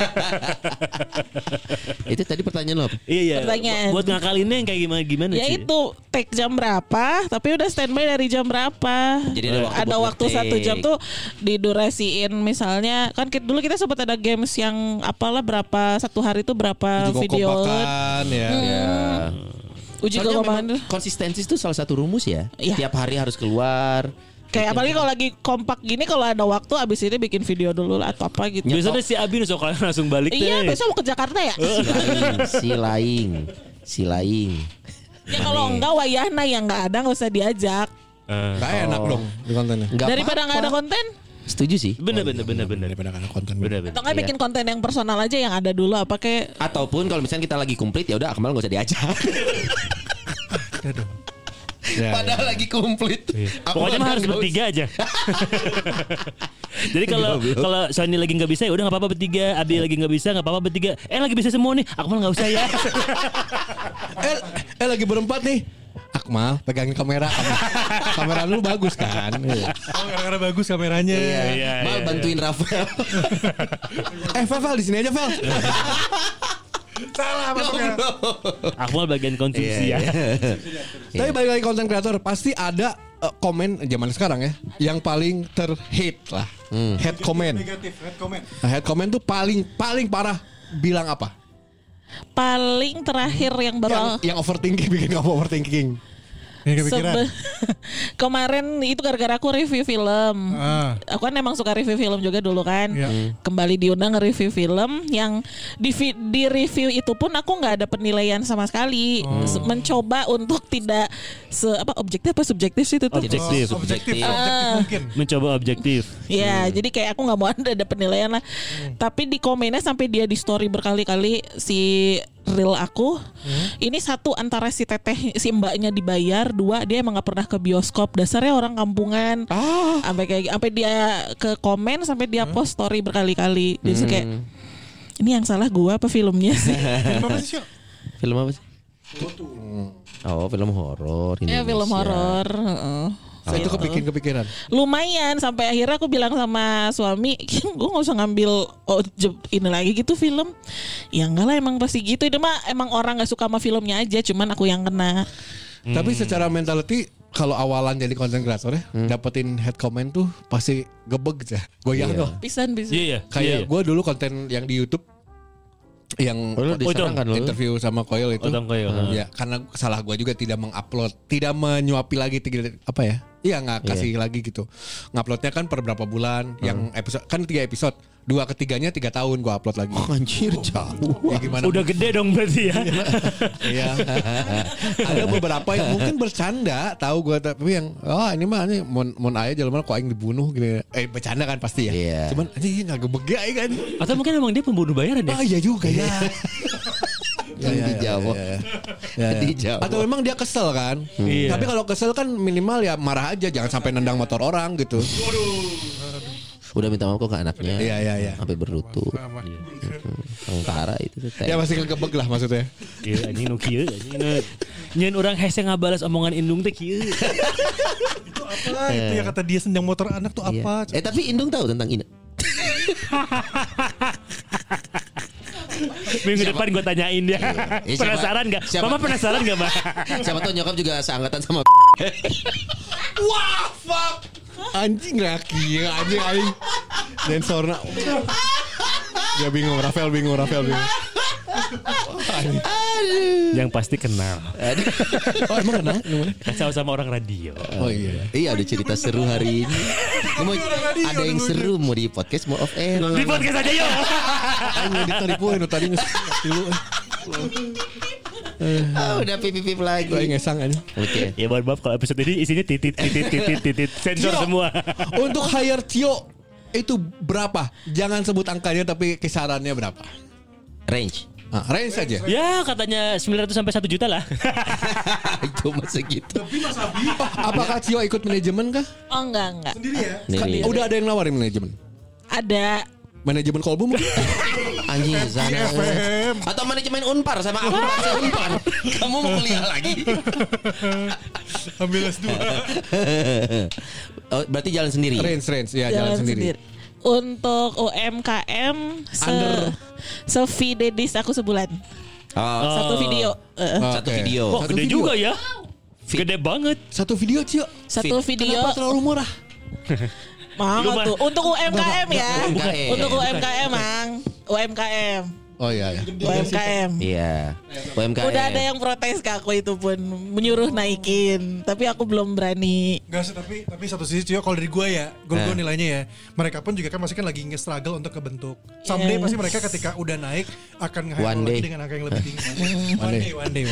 Itu tadi pertanyaan lo apa? Iya. Pertanyaan. Buat ngakalinnya yang kayak gimana Ya sih? itu take jam berapa, tapi udah standby dari jam berapa. Jadi ada waktu 1 jam tuh didurasiin, misalnya kan dulu kita sempat ada games yang apalah berapa satu hari tuh berapa video. Ya. Uji kekompakan. Konsistensi itu salah satu rumus ya. Iya. Tiap hari harus keluar. Kayak apalagi kalau lagi kompak gini, kalau ada waktu abis ini bikin video dulu lah atau apa gitu. Biasanya si Abi nusuk langsung balik deh. Iya, besok mau ke Jakarta ya. Si laing. Ya kalau enggak wayahna yang enggak ada enggak usah diajak. Nggak enak dong di kontennya. Daripada enggak ada konten. Setuju sih. Bener. Daripada nggak ada konten. Bener. Atau enggak bikin konten yang personal aja yang ada dulu apa kayak. Ataupun kalau misalnya kita lagi komplit ya udah Akmal nggak usah diajak. Padahal lagi komplit. Pokoknya mah harus bertiga aja. Jadi kalau Sony lagi nggak bisa ya udah nggak apa-apa bertiga. Abi lagi nggak bisa nggak apa-apa bertiga. Lagi bisa semua nih. Akmal nggak usah ya. Lagi berempat nih. Akmal pegangin kamera. Kamera lu bagus kan? Karena bagus kameranya. Iya. Mal bantuin Rafael. Val di sini aja Val. Salah masuknya. Akmal bagian konsumsi ya. Tapi balik lagi konten kreator pasti ada komen zaman sekarang ya yang paling terhate lah. Hate comment. Negatif, head comment. Nah, hate comment tuh paling parah bilang apa? Paling terakhir yang Yang overthinking bikin kamu overthinking. Kemarin itu gara-gara aku review film. Aku kan emang suka review film juga dulu kan. Kembali diundang nge-review film yang di review itu pun aku nggak ada penilaian sama sekali. Mencoba untuk tidak objektif apa subjektif sih itu tuh? Objektif mungkin. Mencoba objektif. Ya, jadi kayak aku nggak mau ada penilaian lah. Tapi di komennya sampai dia di story berkali-kali si reel aku. Ini satu, antara si teteh si mbaknya dibayar, dua dia emang nggak pernah ke bioskop. Dasarnya orang kampungan. Sampai dia ke komen, sampai dia post story berkali-kali. Jadi kayak ini yang salah gua apa filmnya sih? Film apa sih? Film apa sih? Oh, film horor. Ya, film horor. Saya itu kepikiran. Lumayan, sampai akhirnya aku bilang sama suami, gue gak usah ngambil ini lagi gitu film. Ya enggak lah, emang pasti gitu. Itu mah emang orang gak suka sama filmnya aja, cuman aku yang kena. Tapi secara mentality, kalau awalan jadi content creator ya, dapetin head comment tuh pasti gebeg aja, goyang tuh. Pisan. Iya. Kayak gue dulu konten yang di YouTube yang interview sama Koil itu. Ya, karena salah gue juga tidak mengupload, tidak menyuapi lagi apa ya? Iya, nggak kasih lagi gitu. Nguploadnya kan per berapa bulan? Yang episode kan 3 episode. 2 ketiganya 3 tahun gue upload lagi. Anjir, jauh. Ya, gimana? Udah gede dong berarti ya. Iya. Ada beberapa yang mungkin bercanda, tahu gue, tapi yang ini mah ini mon aya jalan kok aing dibunuh gitu. Bercanda kan pasti ya. Iya. Cuman anjing enggak gebegak kan. Atau mungkin emang dia pembunuh bayaran ya? Iya juga ya. Dijawab. Atau memang dia kesel kan. Tapi kalau kesel kan minimal ya marah aja, jangan sampai nendang motor orang gitu. Udah minta maaf kok ke anaknya. Iya. Sampai berlutut. Tentara itu. Ya masih kegebeg lah maksudnya. Iya, anjing nu kieu anjing. Nyeun urang hese ngabalas omongan Indung teh kieu. Itu apa? Itu ya kata dia sendang motor anak tuh apa? Tapi Indung tahu tentang ini. Minggu depan gue tanyain dia. Penasaran gak? Mama penasaran gak, Mbak? Siapa tahu nyokap juga seangkatan sama. Wah, fuck. Anjing laki anjing. Sensorna. Dia bingung, Rafael bingung. Yang pasti kenal. Oh, emang kenal? Kacau sama orang radio. Oh iya. Iya, ada cerita seru hari ini. Ada yang seru mau di podcast mau off air. Di podcast aja yuk. Ayo ditaripuin tadi dulu. Udah pipip lagi. Gue ngesang aja. Oke. Ya mohon maaf kalau episode ini isinya titit sensor semua. Untuk hire Tio itu berapa? Jangan sebut angkanya tapi kisarannya berapa? Range. Range saja. Ya katanya 900 sampai 1 juta lah. Itu masa gitu. Apakah Tio ikut manajemen kah? Oh enggak. Sendiri ya? Sendiri. Udah ada yang nawarin manajemen? Ada. Manajemen Kolbu mungkin? Anjing sana. Atau manajemen Unpar sama aku masih Unpar. Kamu mau kuliah lagi? Ambil S2. Oh, berarti jalan sendiri. Range ya jalan sendiri. Untuk UMKM se-fee Dedis aku sebulan. Satu video. Satu video. Kok gede juga ya? Gede banget. Satu video Cio. Satu video. Kenapa terlalu murah? Mahal tuh. Untuk UMKM ya. UMKM. Untuk UMKM, Mang. UMKM. Oh iya. UMKM. Iya. UMKM. Udah ada yang protes ke aku itu pun menyuruh naikin, tapi aku belum berani. Enggak sih, tapi satu sisi Cio, kalau dari gue ya, gue nilainya ya, mereka pun juga kan masih kan lagi nge-struggle untuk kebentuk. Someday pasti mereka ketika udah naik akan nge-hire lagi dengan angka yang lebih tinggi. One day.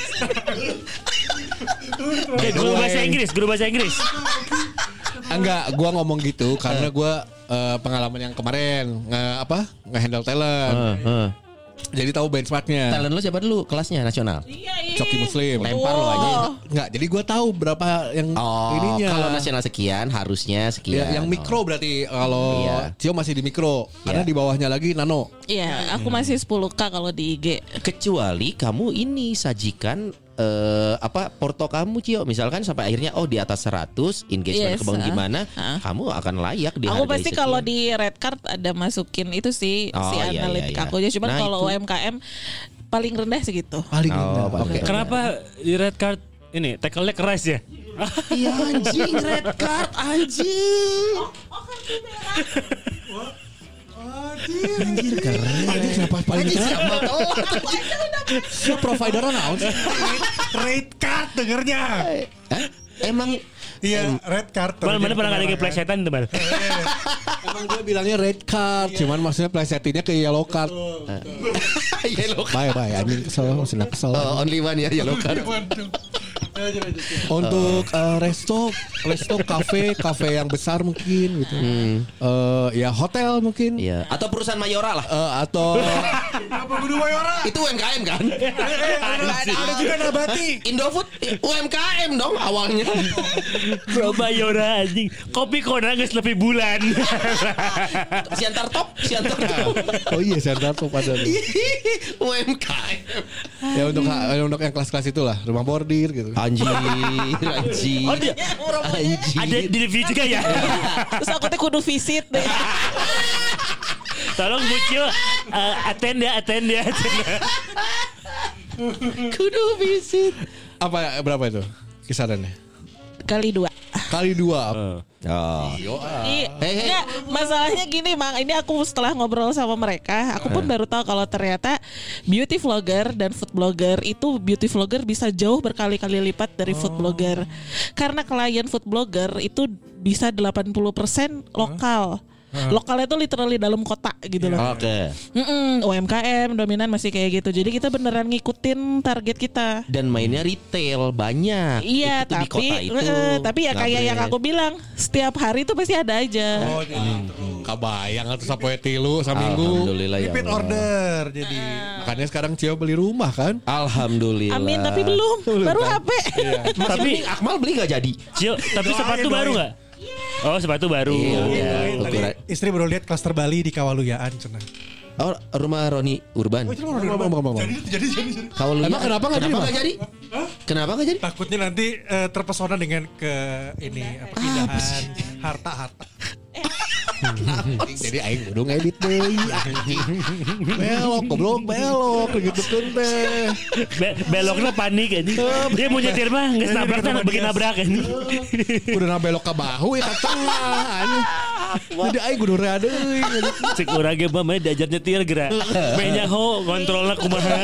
Guru bahasa Inggris. Enggak, gua ngomong gitu karena gua pengalaman yang kemarin nge-handle talent. Jadi tahu benchmarknya. Talent lu siapa dulu? Kelasnya nasional. Iya. Coki Muslim. Lempar lo aja. Enggak, jadi gua tahu berapa yang ininya. Kalau nasional sekian, harusnya sekian. Ya, yang mikro berarti kalau Cio masih di mikro. Karena di bawahnya lagi nano. Iya, aku masih 10K kalau di IG. Kecuali kamu ini sajikan porto kamu Cio, misalkan sampai akhirnya di atas 100 engagement kebangun gimana, kamu akan layak dihargai. Aku pasti kalau di red card ada masukin itu sih si analitik aku aja. Cuman kalau UMKM paling rendah segitu. Paling rendah. Okay. Kenapa di red card ini tackle-nya keras ya? Iya anjing, red card anjing. Anjir keren. Anjir kenapa paling rendah? Siapa provider naon? Red card dengernya. Emang Iya, red card. Mana pernah kali plesetan tuh, Bal? Emang gue bilangnya red card, cuman maksudnya plesetinnya ke yellow card. yellow card. Bye, anjing kesel, masih kesel. Only one ya yellow card. Untuk resto kafe yang besar mungkin gitu. Ya hotel mungkin. Iya. Atau perusahaan Mayora lah. Atau Kenapa kudu Mayora? Itu UMKM kan? Ada juga Nabati. Indofood UMKM dong awalnya. Bro Mayora anjing. Kopi kona geus lebih bulan. Siantar top. oh iya Siantar Top ada. UMKM. Ya untuk yang kelas-kelas itulah, rumah bordir gitu. Anjir. Oh dia ada di review juga ya. Terus aku tuh kudu visit deh. Tolong Bucio attend ya. Kudu visit. Berapa itu kisarannya? Kali 2. Kali 2. Oh. Enggak, masalahnya gini Mang, ini aku setelah ngobrol sama mereka, aku pun baru tahu kalau ternyata beauty vlogger dan food blogger itu beauty vlogger bisa jauh berkali-kali lipat dari food blogger. Karena klien food blogger itu bisa 80% lokal. Lokalnya tuh literally dalam kota gitu loh. Oke. UMKM dominan masih kayak gitu. Jadi kita beneran ngikutin target kita. Dan mainnya retail banyak. Iya, itu di kota itu. Tapi ya kayak yang aku bilang, setiap hari tuh pasti ada aja. Kabayang atau sapoe tilu saminggu. Alhamdulillah ya. Repeat Allah. order jadi. Makanya sekarang Cio beli rumah kan? Alhamdulillah. Amin, tapi belum. Baru HP. Tapi Akmal beli nggak jadi. Cio, tapi sepatu baru enggak? Oh, sepatu baru. Iya. Tadi istri baru lihat klaster Bali di Kawaluyaan cenah. Oh, rumah Roni Urban. Jadi. Kawaluyaan. Emang kenapa nggak jadi? Kenapa nggak jadi? Takutnya nanti terpesona dengan pindahan harta. Jadi aing kudu ngedit deui anjing. Belok gitu kan teh. Beloknya panik anjing. Dia mau nyetir mah geus nabrak bikin nabrak anjing. Udah belok ke bahu ya ke tengah anjing. Jadi aing kudu rea deui. Cek urang ge mah diajar nyetir geura. Mainnya ho kontrolna kumaha.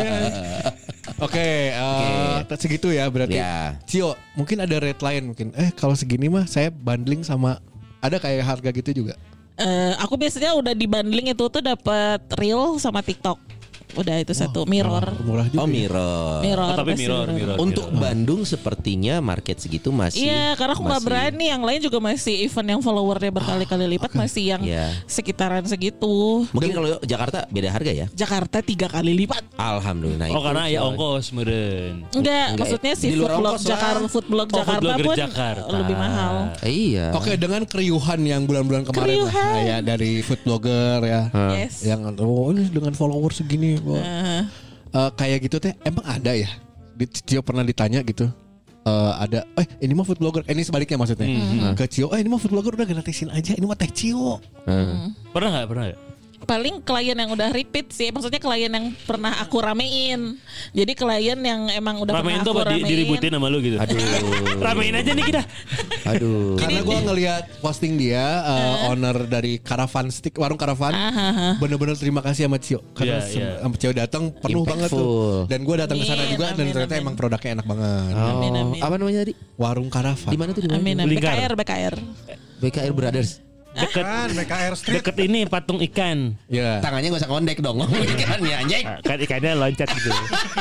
Oke, segitu ya berarti. Ya. Cio, mungkin ada rate lain mungkin. Kalau segini mah saya bundling sama ada kayak harga gitu juga. Aku biasanya udah di bundling itu tuh dapat reel sama TikTok. Udah itu satu mirror. Murah juga. Oh, mirror. Mirror. tapi pasti mirror. Untuk Bandung sepertinya market segitu masih. Iya, karena aku nggak berani. Yang lain juga masih event yang followernya berkali-kali lipat masih yang sekitaran segitu. Mungkin kalau Jakarta beda harga ya? Jakarta 3 kali lipat. Alhamdulillah. Oh, karena ya ongkos meren. Enggak, maksudnya si di luar food blog Jakarta pun lebih mahal. Iya. Oke, dengan keriuhan yang bulan-bulan kemarin lah, ya dari food blogger ya. Yes. Yang ini dengan follower segini. Kayak gitu teh emang ada ya? Cio pernah ditanya gitu. Ada ini mah food blogger, ini sebaliknya maksudnya. Ke Cio, ini mah food blogger udah gratisin aja, ini mah teh Cio. Pernah enggak? Paling klien yang udah repeat sih, maksudnya klien yang pernah aku ramein. Jadi klien yang emang udah ramein pernah aku ramein. diributin sama lu gitu. Aduh. Ramein aja nih kita. Aduh. Karena gue ngelihat posting dia owner dari Karavan Stick, warung Karavan, bener-bener terima kasih sama Cio karena sama Cio datang penuh banget tuh. Dan gue datang ke sana juga dan ternyata emang produknya enak banget. Amin. Apa namanya tadi? Warung Karavan. Di mana tuh? Amin. BKR. BKR Brothers. Kan BKR Street. Deket ini patung ikan. Ya. Tangannya gak usah ngondek dong. Ikannya anjing. Kan ikannya loncat gitu.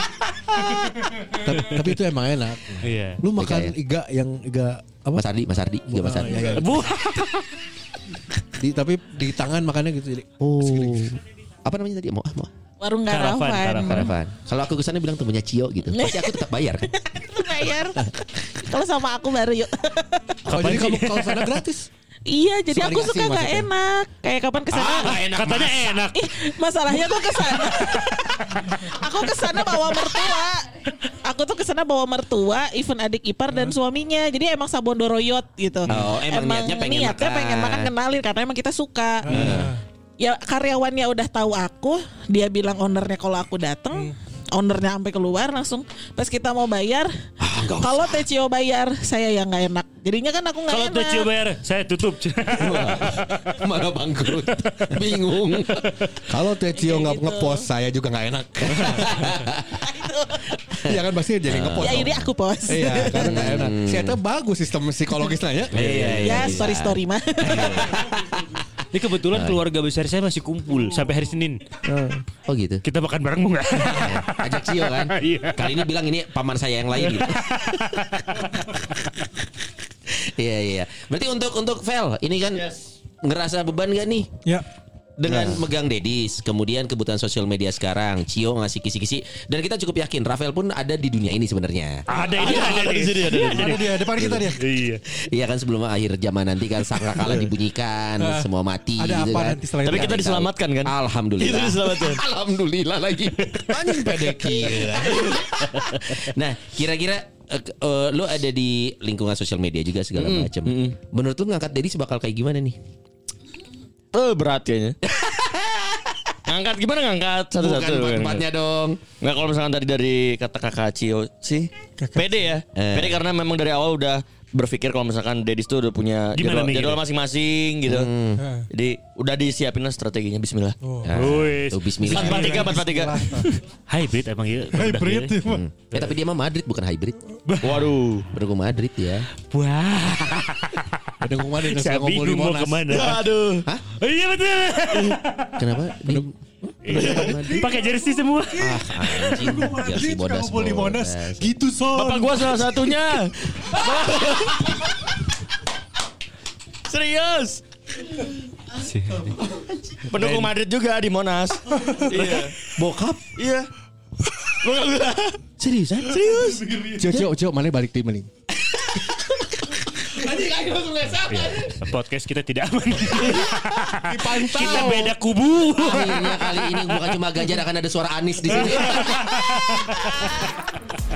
Tapi itu emang enak. Iya. Lu makan iga apa? Mas Ardi. Iga Mas Ardi. Bu. Tapi di tangan makannya gitu jadi. Apa namanya tadi? Mau. Warung Karavan. Kalau aku kesana bilang temennya Cio gitu. Pasti aku tetap bayar kan? Bayar. Kalau sama aku baru yuk. Jadi kamu kalau sana gratis. Iya, jadi Suka aku dikasih suka gak maksudnya. enak. Kayak kapan kesana? Katanya enak. Masalahnya aku kesana. Aku kesana bawa mertua. Aku tuh kesana bawa mertua, event adik ipar dan suaminya. Jadi emang sabon doroyot gitu. Oh, emang niatnya pengen makan. Kenalin karena emang kita suka. Ya karyawannya udah tahu aku, dia bilang ownernya kalau aku dateng. Ownernya sampai keluar langsung pas kita mau bayar. Kalau Teh Cio bayar, saya yang nggak enak. Jadinya kan aku nggak enak. Kalau Teh Cio bayar, saya tutup. Malah bangkrut. Bingung. Kalau Teh Cio nggak ngepost, saya juga nggak enak. jangan pasti jadi ngepost. Ya ini aku post. Iya, karena nggak enak. Siapa bagus sistem psikologisnya ya. Ya story mah. Ini kebetulan keluarga besar saya masih kumpul sampai hari Senin. Oh gitu. Kita makan bareng mau nggak? Ajak Cio kan. Kali ini bilang ini paman saya yang lain gitu. Iya. Berarti untuk Vel ini kan ngerasa beban gak nih? Ya. Dengan megang Dedis, kemudian kebutuhan sosial media sekarang, Cio ngasih kisi-kisi, dan kita cukup yakin Rafael pun ada di dunia ini sebenarnya. Ada di sini. Ada dia, depan kita dia. Iya kan sebelum akhir zaman nanti kan sangkakala dibunyikan, semua mati. Ada gitu apa kan. nanti setelah itu? Tapi kita diselamatkan kan? Alhamdulillah. Itu diselamatkan. Alhamdulillah lagi. Anjing pedeki. Nah, kira-kira lu ada di lingkungan sosial media juga segala macam. Menurut lu ngangkat Dedis bakal kayak gimana nih? Berat kayaknya. Ngangkat gimana ngangkat satu-satu? Bukan tempatnya dong. Nggak, kalau misalkan tadi dari kata kakak Cio sih pede ya. Pede karena memang dari awal udah berpikir kalau misalkan Dedis tuh udah punya jadwal masing-masing gitu. Jadi udah disiapin lah strateginya. Bismillah. Bismillah. 4-4-3. Hybrid emang ya. Hybrid. Tapi dia mah Madrid bukan hybrid. Waduh. Pendukung Madrid ya. Wah. Pendukung Madrid Saya bingung mau kemana. Aduh. Hah? Iya betul. Kenapa? Pakai jersey semua. Anjing. Jersey bodas. Gitu Bapak gua salah satunya. Serius. Pendukung Madrid juga di Monas. Iya. Bokap? Iya. Seriusan? Serius. Cio, mana balik tim nih? Podcast kita tidak aman. Dipantau. Kita beda kubu. Akhirnya kali ini bukan cuma Ganjar, akan ada suara Anies di sini.